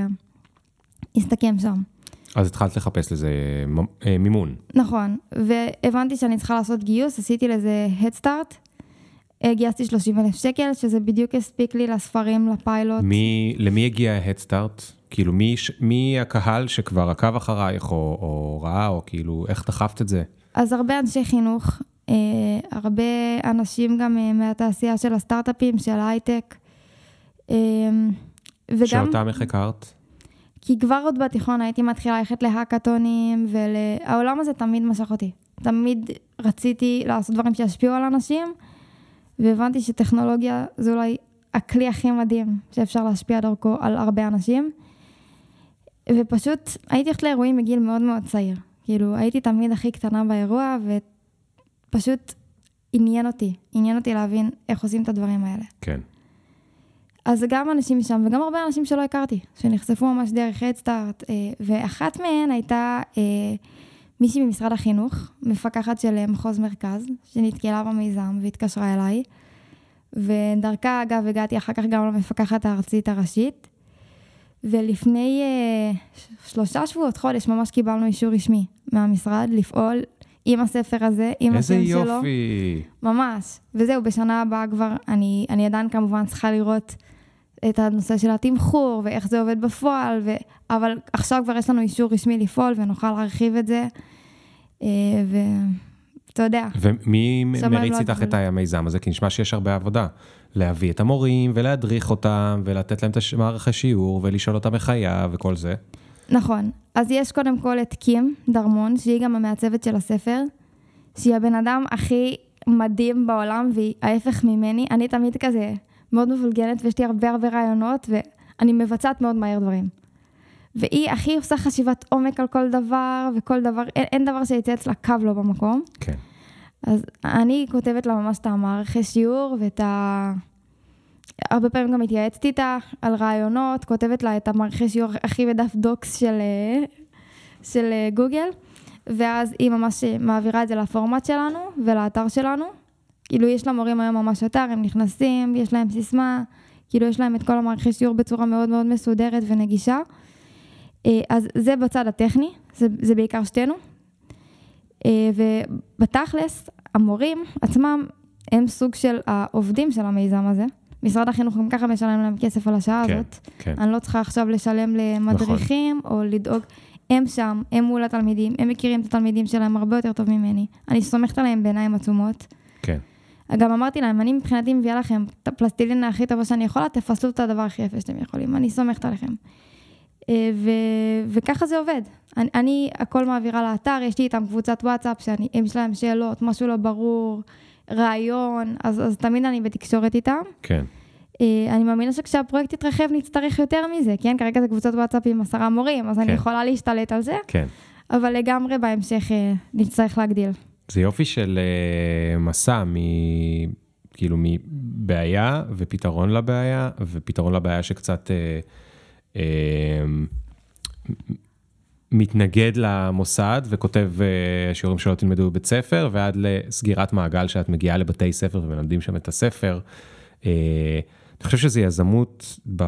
שיסתכם שם. אז התחלת לחפש לזה מימון. נכון. והבנתי שאני צריכה לעשות גיוס, עשיתי לזה Head Start. גייסתי שלושים אלף שקל, שזה בדיוק הספיק לי לספרים, לפיילוט. מי, למי הגיע Head Start? כאילו, מי, מי הקהל שכבר עקב אחרייך, או, או ראה, או כאילו, איך דחפת את זה? אז הרבה אנשי חינוך, אה, הרבה אנשים גם אה, מהתעשייה של הסטארט-אפים, של ההייטק. אה, וגם... שאותם איך הכרת? כי כבר עוד בתיכון הייתי מתחילה ללכת להקאטונים, והעולם הזה תמיד משך אותי. תמיד רציתי לעשות דברים שישפיעו על אנשים, והבנתי שטכנולוגיה זה אולי הכלי הכי מדהים שאפשר להשפיע דרכו על הרבה אנשים. ופשוט הייתי הולכת לאירועים מגיל מאוד מאוד צעיר. כאילו הייתי תמיד הכי קטנה באירוע, ופשוט עניין אותי, עניין אותי להבין איך עושים את הדברים האלה. כן. אז גם אנשים משם, וגם הרבה אנשים שלא הכרתי, שנחשפו ממש דרך Head Start, ואחת מהן הייתה מישהי ממשרד החינוך, מפקחת של מחוז מרכז, שנתקלה במיזם והתקשרה אליי, ודרכה אגב הגעתי אחר כך גם למפקחת הארצית הראשית, ולפני שלושה שבועות, חודש, ממש קיבלנו אישור רשמי מהמשרד לפעול עם הספר הזה, עם השם שלו. איזה יופי. ממש. וזהו, בשנה הבאה כבר, אני, אני עדיין כמובן צריכה לראות את הנושא של התמחור, ואיך זה עובד בפועל, ו... אבל עכשיו כבר יש לנו אישור רשמי לפעול, ונוכל להרחיב את זה, ואתה יודע. ומי מריץ איתך את המיזם הזה? כי נשמע שיש הרבה עבודה. להביא את המורים, ולהדריך אותם, ולתת להם את מערכי שיעור, ולשאול אותם איך היה, וכל זה. נכון. אז יש קודם כל את קים דרמון, שהיא גם המעצבת של הספר, שהיא הבן אדם הכי מדהים בעולם, והיא ההפך ממני. אני תמיד כזה מאוד מבולגנת, ויש לי הרבה הרבה רעיונות, ואני מבצעת מאוד מהר דברים. והיא הכי עושה חשיבת עומק על כל דבר, וכל דבר, אין, אין דבר שיצא אצלה קו לו במקום. כן. אז אני כותבת לה ממש את המערכי שיעור, ואת ה... הרבה פעמים גם התייעצת איתה על רעיונות, כותבת לה את המערכי שיעור הכי בדף דוקס של, של גוגל, ואז היא ממש מעבירה את זה לפורמט שלנו ולאתר שלנו. כאילו יש למורים היום ממש אתר, הם נכנסים, יש להם סיסמה, כאילו יש להם את כל המערכי שיעור בצורה מאוד מאוד מסודרת ונגישה. אז זה בצד הטכני, זה, זה בעיקר שתינו. ובתכלס, המורים עצמם הם סוג של העובדים של המיזם הזה. משרד החינוך גם ככה משלם להם כסף על השעה כן, הזאת. כן. אני לא צריכה עכשיו לשלם למדריכים נכון. או לדאוג. הם שם, הם מול התלמידים, הם מכירים את התלמידים שלהם הרבה יותר טוב ממני. אני סומכת עליהם בעיניים עצומות. כן. גם אמרתי להם, אני מבחינתי מביאה לכם את הפלסטלינה הכי טובה שאני יכולה, תפסלו את הדבר הכי יפה שאתם יכולים. אני סומכת עליכם. ו... וככה זה עובד. אני, אני הכל מעבירה לאתר, יש לי איתם קבוצת וואטסאפ, שאני, אם יש להם שאלות, משהו לא ברור, רעיון, אז, אז תמיד אני בתקשורת איתם. כן. אני מאמינה שכשהפרויקט יתרחב נצטרך יותר מזה, כן? כרגע זה קבוצת וואטסאפ עם עשרה מורים, אז כן. אני יכולה להשתלט על זה. כן. אבל לגמרי בהמשך נצטרך להגדיל. זה יופי של מסע, מ... כאילו מבעיה ופתרון לבעיה, ופתרון לבעיה שקצת אה, אה, מתנגד למוסד, וכותב אה, שיעורים שלא תלמדו בבית ספר, ועד לסגירת מעגל שאת מגיעה לבתי ספר ומלמדים שם את הספר. אה, אני חושב שזה יזמות, ב...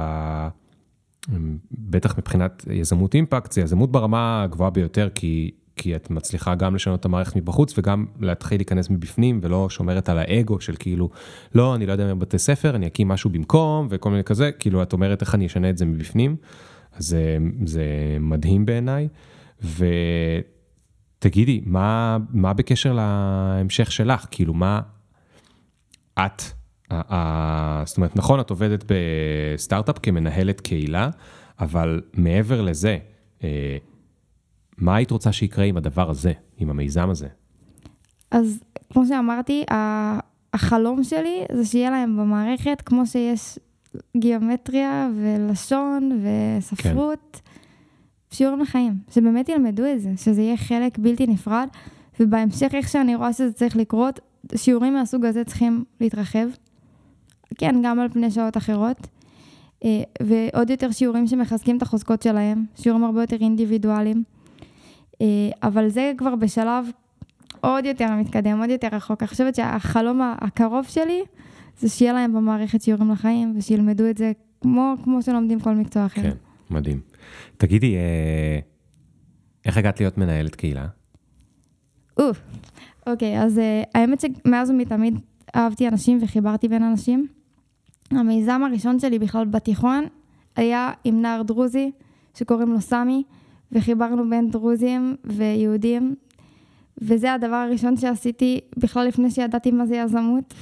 בטח מבחינת יזמות אימפקט, זה יזמות ברמה הגבוהה ביותר, כי... כי את מצליחה גם לשנות את המערכת מבחוץ, וגם להתחיל להיכנס מבפנים, ולא שומרת על האגו של כאילו, לא, אני לא יודע מה בתי ספר, אני אקים משהו במקום, וכל מיני כזה, כאילו את אומרת איך אני אשנה את זה מבפנים, אז זה, זה מדהים בעיניי, ותגידי, מה, מה בקשר להמשך שלך? כאילו, מה את, זאת אומרת, נכון, את עובדת בסטארט-אפ כמנהלת קהילה, אבל מעבר לזה, מה היית רוצה שיקרה עם הדבר הזה, עם המיזם הזה? אז כמו שאמרתי, החלום שלי זה שיהיה להם במערכת, כמו שיש גיאומטריה ולשון וספרות, כן. שיעורים לחיים, שבאמת ילמדו את זה, שזה יהיה חלק בלתי נפרד, ובהמשך איך שאני רואה שזה צריך לקרות, שיעורים מהסוג הזה צריכים להתרחב, כן, גם על פני שעות אחרות, ועוד יותר שיעורים שמחזקים את החוזקות שלהם, שיעורים הרבה יותר אינדיבידואליים, אבל זה כבר בשלב עוד יותר מתקדם, עוד יותר רחוק. אני חושבת שהחלום הקרוב שלי זה שיהיה להם במערכת שיעורים לחיים, ושילמדו את זה כמו, כמו שלומדים כל מקצוע אחר. כן, מדהים. תגידי, איך הגעת להיות מנהלת קהילה? אוף, אוקיי, אז האמת שמאז ומתמיד אהבתי אנשים וחיברתי בין אנשים. המיזם הראשון שלי בכלל בתיכון היה עם נער דרוזי שקוראים לו סמי, וחיברנו בין דרוזים ויהודים, וזה הדבר הראשון שעשיתי בכלל לפני שידעתי מה זה יזמות.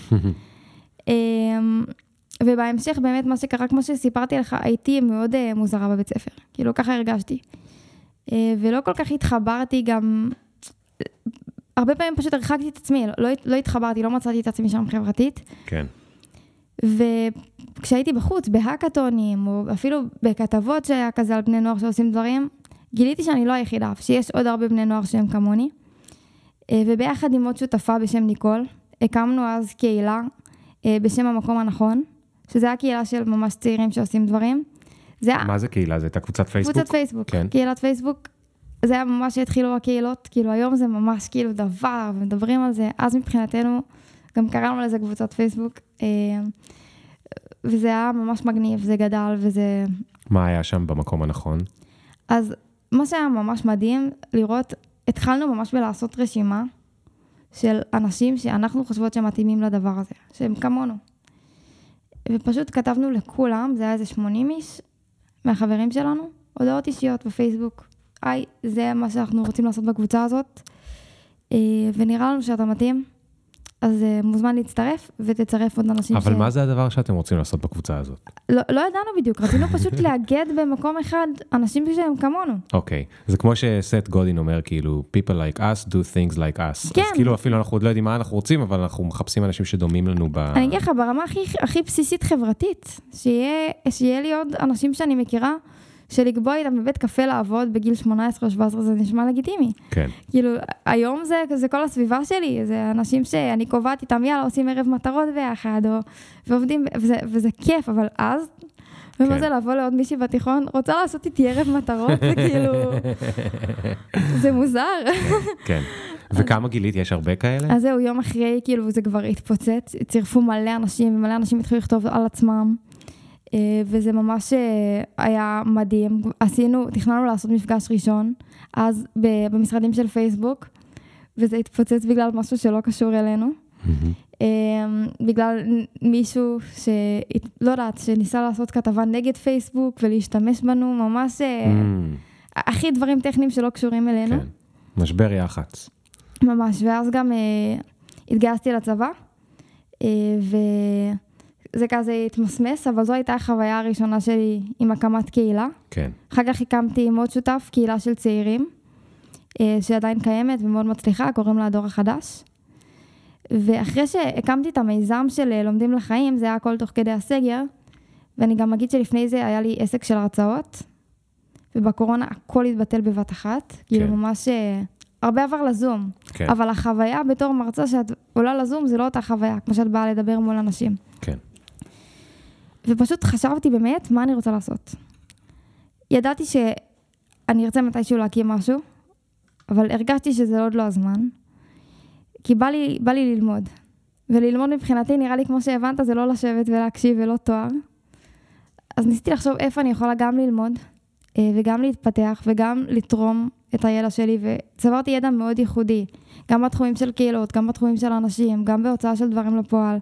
ובהמשך באמת מה שקרה, כמו שסיפרתי לך, הייתי מאוד מוזרה בבית ספר, כאילו ככה הרגשתי. ולא כל כך התחברתי גם, הרבה פעמים פשוט הרחקתי את עצמי, לא, לא התחברתי, לא מצאתי את עצמי שם חברתית. כן. וכשהייתי בחוץ, בהקטונים, או אפילו בכתבות שהיה כזה על בני נוער שעושים דברים, גיליתי שאני לא היחידה, שיש עוד הרבה בני נוער שהם כמוני, וביחד עם עוד שותפה בשם ניקול, הקמנו אז קהילה בשם המקום הנכון, שזה היה קהילה של ממש צעירים שעושים דברים. זה מה זה קהילה? זה הייתה קבוצת פייסבוק? קבוצת פייסבוק, כן. קהילת פייסבוק. זה היה ממש שהתחילו הקהילות, כאילו היום זה ממש כאילו דבר, ומדברים על זה, אז מבחינתנו גם קראנו לזה קבוצת פייסבוק, וזה היה ממש מגניב, זה גדל וזה... מה היה שם במקום הנכון? אז מה שהיה ממש מדהים לראות, התחלנו ממש בלעשות רשימה של אנשים שאנחנו חושבות שמתאימים לדבר הזה, שהם כמונו. ופשוט כתבנו לכולם, זה היה איזה שמונים איש מהחברים שלנו, הודעות אישיות בפייסבוק. היי, זה מה שאנחנו רוצים לעשות בקבוצה הזאת, ונראה לנו שאתה מתאים, אז מוזמן להצטרף ותצרף עוד אנשים. אבל ש... מה זה הדבר שאתם רוצים לעשות בקבוצה הזאת? לא, לא ידענו בדיוק, רצינו פשוט לאגד במקום אחד אנשים שהם כמונו. אוקיי, זה כמו שסט גודין אומר, כאילו, people like us do things like us. כן. אז כאילו אפילו אנחנו עוד לא יודעים מה אנחנו רוצים, אבל אנחנו מחפשים אנשים שדומים לנו ב... אני אגיד לך, ברמה הכי, הכי בסיסית חברתית, שיהיה, שיהיה לי עוד אנשים שאני מכירה, שלקבוע איתם בבית קפה לעבוד בגיל שמונה עשרה או שבע עשרה, זה נשמע לגיטימי. כן. כאילו, היום זה, זה כל הסביבה שלי, זה אנשים שאני קובעת איתם, יאללה, עושים ערב מטרות ביחד, או, ועובדים, וזה, וזה כיף, אבל אז, ומה זה לבוא לעוד מישהי בתיכון? רוצה לעשות איתי ערב מטרות? זה כאילו... זה מוזר. כן. וכמה גילית? יש הרבה כאלה? אז זהו, יום אחרי, כאילו, זה כבר התפוצץ, צירפו מלא אנשים, ומלא אנשים התחילו לכתוב על עצמם, וזה ממש היה מדהים. עשינו, תכננו לעשות מפגש ראשון, אז במשרדים של פייסבוק, וזה התפוצץ בגלל משהו שלא קשור אלינו. בגלל מישהו שלא יודעת, שניסה לעשות כתבה נגד פייסבוק, ולהשתמש בנו, ממש הכי דברים טכניים שלא קשורים אלינו. כן, משבר יח"צ. ממש, ואז גם התגייסתי לצבא, וזה כזה התמסמס, אבל זו הייתה החוויה הראשונה שלי עם הקמת קהילה. כן. אחר כך הקמתי עם עוד שותף, קהילה של צעירים, שעדיין קיימת ומאוד מצליחה, קוראים לה הדור החדש. ואחרי שהקמתי את המיזם של לומדים לחיים, זה היה הכל תוך כדי הסגר, ואני גם אגיד שלפני זה היה לי עסק של הרצאות, ובקורונה הכל התבטל בבת אחת, כן. כאילו ממש הרבה עבר לזום, כן. אבל החוויה בתור מרצה שאת עולה לזום, זה לא אותה חוויה, כמו שאת באה לדבר מול אנשים. כן. ופשוט חשבתי באמת מה אני רוצה לעשות. ידעתי שאני ארצה מתישהו להקים משהו, אבל הרגשתי שזה עוד לא הזמן, כי בא לי, בא לי ללמוד. וללמוד מבחינתי נראה לי כמו שהבנת, זה לא לשבת ולהקשיב ולא תואר. אז ניסיתי לחשוב איפה אני יכולה גם ללמוד, וגם להתפתח, וגם לתרום את הידע שלי, וצברתי ידע מאוד ייחודי, גם בתחומים של קהילות, גם בתחומים של אנשים, גם בהוצאה של דברים לפועל.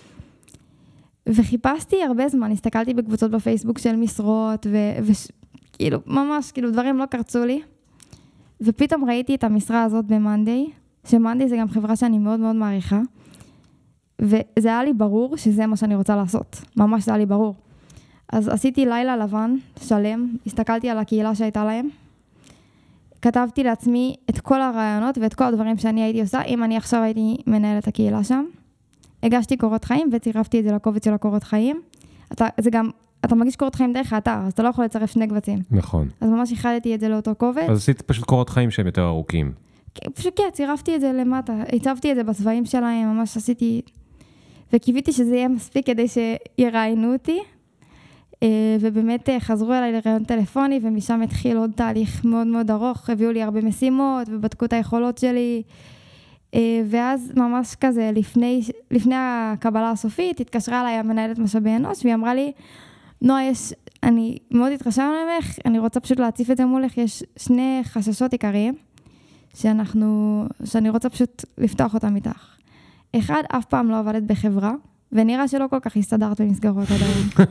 וחיפשתי הרבה זמן, הסתכלתי בקבוצות בפייסבוק של משרות, וכאילו, ממש, כאילו, דברים לא קרצו לי. ופתאום ראיתי את המשרה הזאת במאנדיי, שמאנדיי זה גם חברה שאני מאוד מאוד מעריכה, וזה היה לי ברור שזה מה שאני רוצה לעשות. ממש זה היה לי ברור. אז עשיתי לילה לבן, שלם, הסתכלתי על הקהילה שהייתה להם, כתבתי לעצמי את כל הרעיונות ואת כל הדברים שאני הייתי עושה, אם אני עכשיו הייתי מנהלת הקהילה שם. הגשתי קורות חיים וצירפתי את זה לקובץ של הקורות חיים. אתה, זה גם, אתה מגיש קורות חיים דרך האתר, אז אתה לא יכול לצרף שני קבצים. נכון. אז ממש איחדתי את זה לאותו קובץ. אז עשיתי פשוט קורות חיים שהם יותר ארוכים. פשוט כן, צירפתי את זה למטה, הצבתי את זה בצבעים שלהם, ממש עשיתי, וקיוויתי שזה יהיה מספיק כדי שיראיינו אותי. ובאמת חזרו אליי לראיון טלפוני, ומשם התחיל עוד תהליך מאוד מאוד ארוך, הביאו לי הרבה משימות, ובדקו את היכולות שלי, ואז ממש כזה, לפני, לפני הקבלה הסופית, התקשרה אליי המנהלת משאבי אנוש, והיא אמרה לי, נועה, יש, אני מאוד התרשם ממך, אני רוצה פשוט להציף את זה מולך, יש שני חששות עיקריים, שאנחנו, שאני רוצה פשוט לפתוח אותם איתך. אחד, אף פעם לא עבדת בחברה, ונראה שלא כל כך הסתדרת במסגרות עדיין.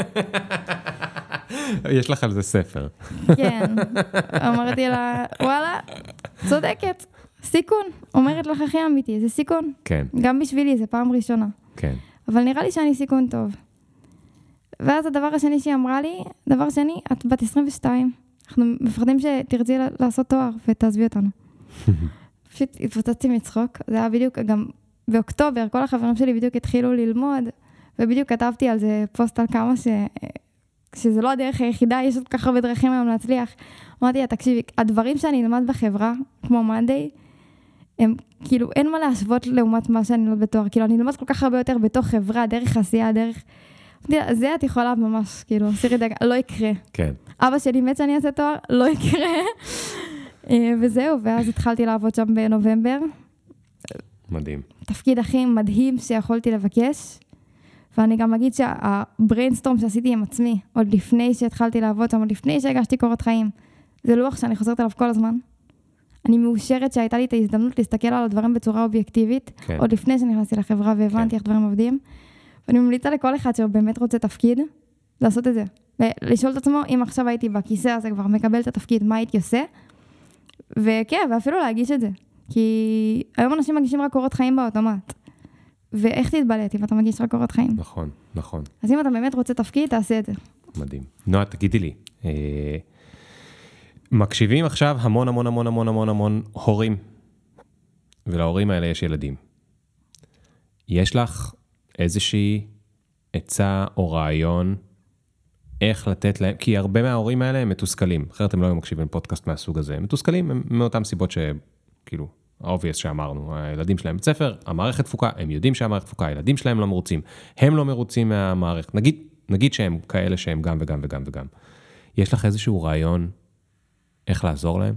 יש לך על זה ספר. כן. אמרתי לה, וואלה, צודקת, סיכון. אומרת לך הכי אמיתי, זה סיכון. כן. גם בשבילי, זה פעם ראשונה. כן. אבל נראה לי שאני סיכון טוב. ואז הדבר השני שהיא אמרה לי, דבר שני, את בת עשרים ושתיים. אנחנו מפחדים שתרצי לעשות תואר ותעזבי אותנו. פשוט התפוצצתי מצחוק. זה היה בדיוק גם... באוקטובר, כל החברים שלי בדיוק התחילו ללמוד, ובדיוק כתבתי על זה פוסט על כמה ש... שזה לא הדרך היחידה, יש עוד כך הרבה דרכים היום להצליח. אמרתי לה, תקשיבי, הדברים שאני אלמד בחברה, כמו מאנדיי, הם כאילו, אין מה להשוות לעומת מה שאני אלמד בתואר. כאילו, אני אלמד כל כך הרבה יותר בתוך חברה, דרך עשייה, דרך... זה את יכולה ממש, כאילו, סירי דגה, לא יקרה. כן. אבא שלי מת שאני אעשה תואר, לא יקרה. וזהו, ואז התחלתי לעבוד שם בנובמבר. מדהים. תפקיד הכי מדהים שיכולתי לבקש, ואני גם אגיד שהבריינסטורם שעשיתי עם עצמי, עוד לפני שהתחלתי לעבוד שם, עוד לפני שהגשתי קורות חיים, זה לוח שאני חוזרת עליו כל הזמן. אני מאושרת שהייתה לי את ההזדמנות להסתכל על הדברים בצורה אובייקטיבית, כן. עוד לפני שנכנסתי לחברה והבנתי כן. איך דברים עובדים, ואני ממליצה לכל אחד שבאמת רוצה תפקיד, לעשות את זה. ולשאול את עצמו, אם עכשיו הייתי בכיסא הזה כבר מקבל את התפקיד, מה הייתי עושה? וכן, ואפילו להגיש את זה. כי היום אנשים מגישים רק קורות חיים באוטומט. ואיך תתבלט אם אתה מגיש רק קורות חיים? נכון, נכון. אז אם אתה באמת רוצה תפקיד, תעשה את זה. מדהים. נועה, תגידי לי, אה, מקשיבים עכשיו המון המון המון המון המון המון הורים, ולהורים האלה יש ילדים. יש לך איזושהי עצה או רעיון איך לתת להם, כי הרבה מההורים האלה הם מתוסכלים, אחרת הם לא היו מקשיבים פודקאסט מהסוג הזה, הם מתוסכלים הם מאותן סיבות ש... כאילו, האובייס שאמרנו, הילדים שלהם בית ספר, המערכת תפוקה, הם יודעים שהמערכת תפוקה, הילדים שלהם לא מרוצים, הם לא מרוצים מהמערכת. נגיד, נגיד שהם כאלה שהם גם וגם וגם וגם. יש לך איזשהו רעיון איך לעזור להם?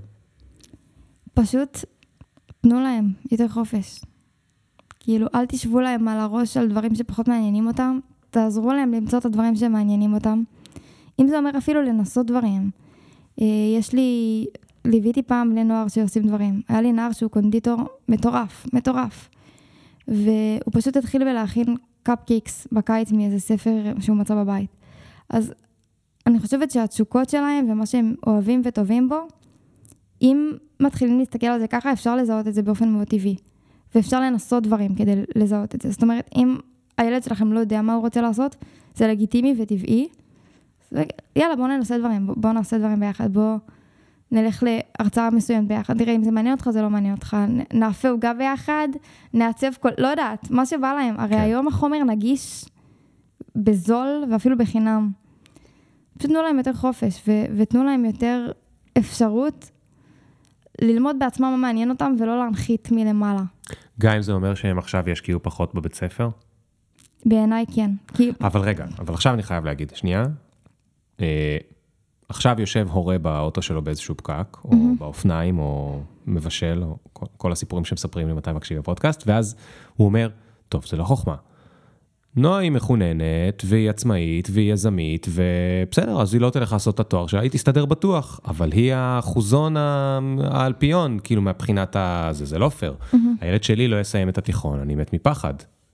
פשוט תנו להם יותר חופש. כאילו, אל תשבו להם על הראש על דברים שפחות מעניינים אותם, תעזרו להם למצוא את הדברים שמעניינים אותם. אם זה אומר אפילו לנסות דברים. יש לי, ליוויתי פעם לנוער שעושים דברים. היה לי נער שהוא קונדיטור מטורף, מטורף. והוא פשוט התחיל בלהכין קאפקיקס בקיץ מאיזה ספר שהוא מצא בבית. אז אני חושבת שהתשוקות שלהם ומה שהם אוהבים וטובים בו, אם מתחילים להסתכל על זה ככה, אפשר לזהות את זה באופן מאוד טבעי. ואפשר לנסות דברים כדי לזהות את זה. זאת אומרת, אם הילד שלכם לא יודע מה הוא רוצה לעשות, זה לגיטימי וטבעי. יאללה, בואו ננסה דברים, בואו נעשה דברים ביחד, בואו נלך להרצאה מסוימת ביחד. תראה, אם זה מעניין אותך, זה לא מעניין אותך. נאפה עוגה ביחד, נעצב כל, לא יודעת, מה שבא להם. הרי היום החומר נגיש בזול ואפילו בחינם. פשוט תנו להם יותר חופש, ו- ותנו להם יותר אפשרות ללמוד בעצמם מה מעניין אותם, ולא להנחית מלמעלה. גם אם זה אומר שהם עכשיו ישקיעו פחות בבית ספר? בעיניי כן. כי... אבל רגע, אבל עכשיו אני חייב להגיד, שנייה, אה, עכשיו יושב הורה באוטו שלו באיזשהו פקק, או mm-hmm. באופניים, או מבשל, או כל, כל הסיפורים שמספרים לי מתי מקשיב בפודקאסט, ואז הוא אומר, טוב, זה לא חוכמה. נועה היא מחוננת, והיא עצמאית, והיא יזמית, ובסדר, אז היא לא תלך לעשות את התואר שלה, היא תסתדר בטוח, אבל היא החוזון האלפיון, כאילו מהבחינת הזה, זה לא פייר. Mm-hmm. הילד שלי לא יסיים את התיכון, אני מת מפחד.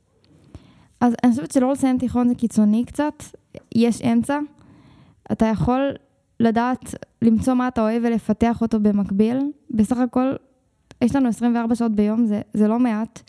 אז אני חושבת שלא לסיים תיכון זה קיצוני קצת, יש אמצע, אתה יכול לדעת למצוא מה אתה אוהב ולפתח אותו במקביל, בסך הכל יש לנו עשרים וארבע שעות ביום, זה, זה לא מעט,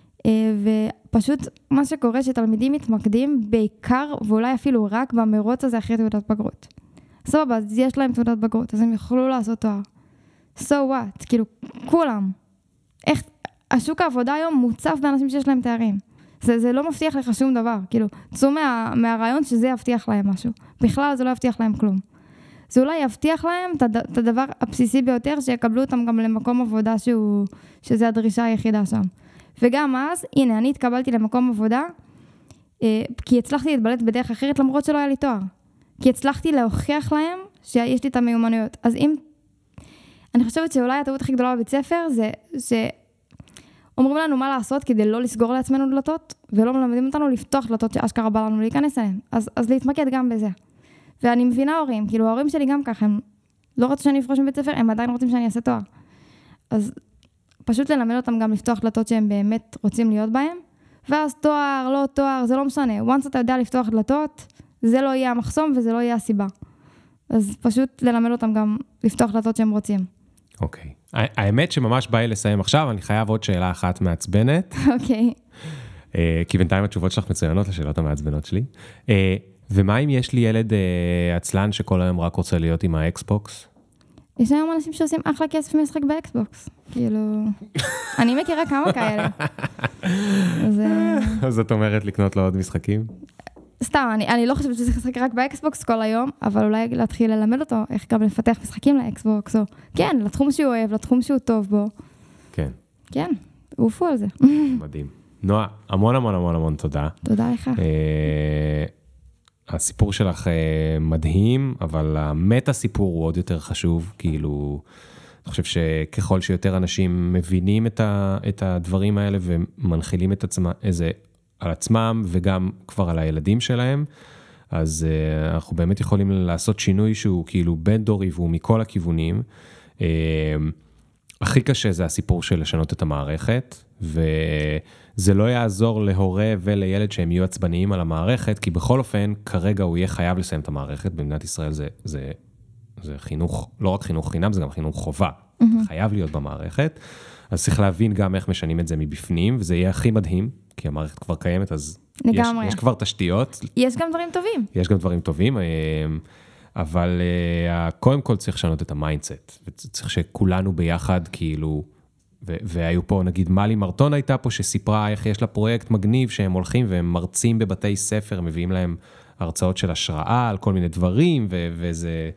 ופשוט מה שקורה שתלמידים מתמקדים בעיקר, ואולי אפילו רק במרוץ הזה אחרי תעודת בגרות. סבבה, אז יש להם תעודת בגרות, אז הם יוכלו לעשות תואר. So what? כאילו, כולם. איך, השוק העבודה היום מוצף באנשים שיש להם תארים. זה, זה לא מבטיח לך שום דבר. כאילו, צאו מה, מהרעיון שזה יבטיח להם משהו. בכלל זה לא יבטיח להם כלום. זה אולי יבטיח להם את, את הדבר הבסיסי ביותר, שיקבלו אותם גם למקום עבודה שהוא, שזה הדרישה היחידה שם. וגם אז, הנה, אני התקבלתי למקום עבודה, אה, כי הצלחתי להתבלט בדרך אחרת, למרות שלא היה לי תואר. כי הצלחתי להוכיח להם שיש לי את המיומנויות. אז אם, אני חושבת שאולי הטעות הכי גדולה בבית ספר, זה שאומרים לנו מה לעשות כדי לא לסגור לעצמנו דלתות, ולא מלמדים אותנו לפתוח דלתות שאשכרה בא לנו להיכנס אליהם. אז, אז להתמקד גם בזה. ואני מבינה הורים, כאילו ההורים שלי גם ככה, הם לא רוצים שאני אפרוש מבית ספר, הם עדיין רוצים שאני אעשה תואר. אז פשוט ללמד אותם גם לפתוח דלתות שהם באמת רוצים להיות בהם, ואז תואר, לא תואר, זה לא משנה. once אתה יודע לפתוח דלתות, זה לא יהיה המחסום וזה לא יהיה הסיבה. אז פשוט ללמד אותם גם לפתוח דלתות שהם רוצים. אוקיי. האמת שממש בא לי לסיים עכשיו, אני חייב עוד שאלה אחת מעצבנת. אוקיי. כי בינתיים התשובות שלך מצוינות לשאלות המעצבנות שלי. ומה אם יש לי ילד עצלן שכל היום רק רוצה להיות עם האקסבוקס? יש היום אנשים שעושים אחלה כסף משחק באקסבוקס. כאילו, אני מכירה כמה כאלה. אז את אומרת לקנות לו עוד משחקים? סתם, אני, אני לא חושבת שזה משחק רק באקסבוקס כל היום, אבל אולי להתחיל ללמד אותו איך גם לפתח משחקים לאקסבוקס, או כן, לתחום שהוא אוהב, לתחום שהוא טוב בו. כן. כן, עופו על זה. מדהים. נועה, המון המון המון המון תודה. תודה לך. הסיפור שלך מדהים, אבל המטה סיפור הוא עוד יותר חשוב, כאילו, אני חושב שככל שיותר אנשים מבינים את, ה, את הדברים האלה, ומנחילים את עצמם, איזה, על עצמם, וגם כבר על הילדים שלהם, אז uh, אנחנו באמת יכולים לעשות שינוי שהוא כאילו בין דורי, והוא מכל הכיוונים. Uh, הכי קשה זה הסיפור של לשנות את המערכת, וזה לא יעזור להורה ולילד שהם יהיו עצבניים על המערכת, כי בכל אופן, כרגע הוא יהיה חייב לסיים את המערכת. במדינת ישראל זה, זה, זה חינוך, לא רק חינוך חינם, זה גם חינוך חובה. Mm-hmm. חייב להיות במערכת. אז צריך להבין גם איך משנים את זה מבפנים, וזה יהיה הכי מדהים, כי המערכת כבר קיימת, אז יש, יש כבר תשתיות. יש גם דברים טובים. יש גם דברים טובים, אבל קודם כל צריך לשנות את המיינדסט, וצריך שכולנו ביחד, כאילו, והיו פה, נגיד, מלי מרטון הייתה פה, שסיפרה איך יש לה פרויקט מגניב, שהם הולכים והם מרצים בבתי ספר, מביאים להם הרצאות של השראה על כל מיני דברים, וזה,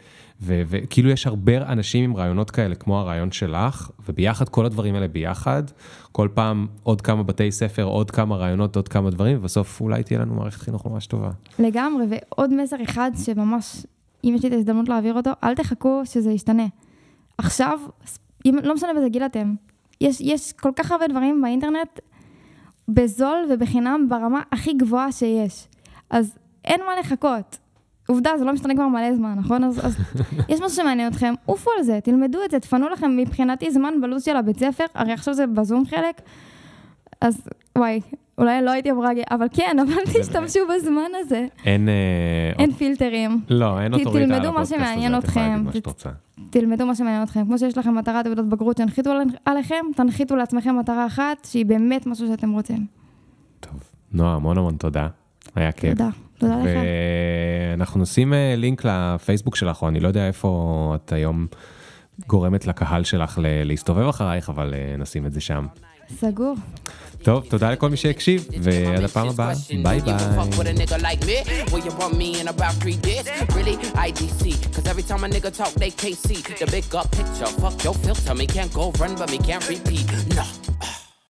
וכאילו יש הרבה אנשים עם רעיונות כאלה, כמו הרעיון שלך, וביחד כל הדברים האלה ביחד, כל פעם עוד כמה בתי ספר, עוד כמה רעיונות, עוד כמה דברים, ובסוף אולי תהיה לנו מערכת חינוך ממש טובה. לגמרי, ועוד מסר אחד שממש, אם יש לי את ההזדמנות להעביר אותו, אל תחכו שזה ישתנה. עכשיו, אם, לא משנה בזה גיל אתם, יש, יש כל כך הרבה דברים באינטרנט, בזול ובחינם ברמה הכי גבוהה שיש. אז אין מה לחכות. עובדה, זה לא משתנה כבר מלא זמן, נכון? אז, אז יש משהו שמעניין אתכם, אופו על זה, תלמדו את זה, תפנו לכם מבחינתי זמן בלו"ז של הבית ספר, הרי עכשיו זה בזום חלק, אז וואי, אולי לא הייתי אמרה, אבל כן, אבל תשתמשו בזמן הזה. אין... אין פילטרים. לא, אין אוטוריטה על הפודקאסט הזה, שמעניין אתכם. תלמדו מה שמעניין אתכם. כמו שיש לכם מטרה תעודת בגרות שהנחיתו עליכם, תנחיתו לעצמכם מטרה אחת, שהיא באמת משהו שאתם רוצים. טוב, נועה, המון המון תודה. היה כיף. תודה, תודה לך. ואנחנו נשים לינק לפייסבוק שלך, או אני לא יודע איפה את היום גורמת לקהל שלך להסתובב אחרייך, אבל נשים את זה שם. סגור. טוב, תודה לכל מי שהקשיב, ועד הפעם הבאה, ביי ביי.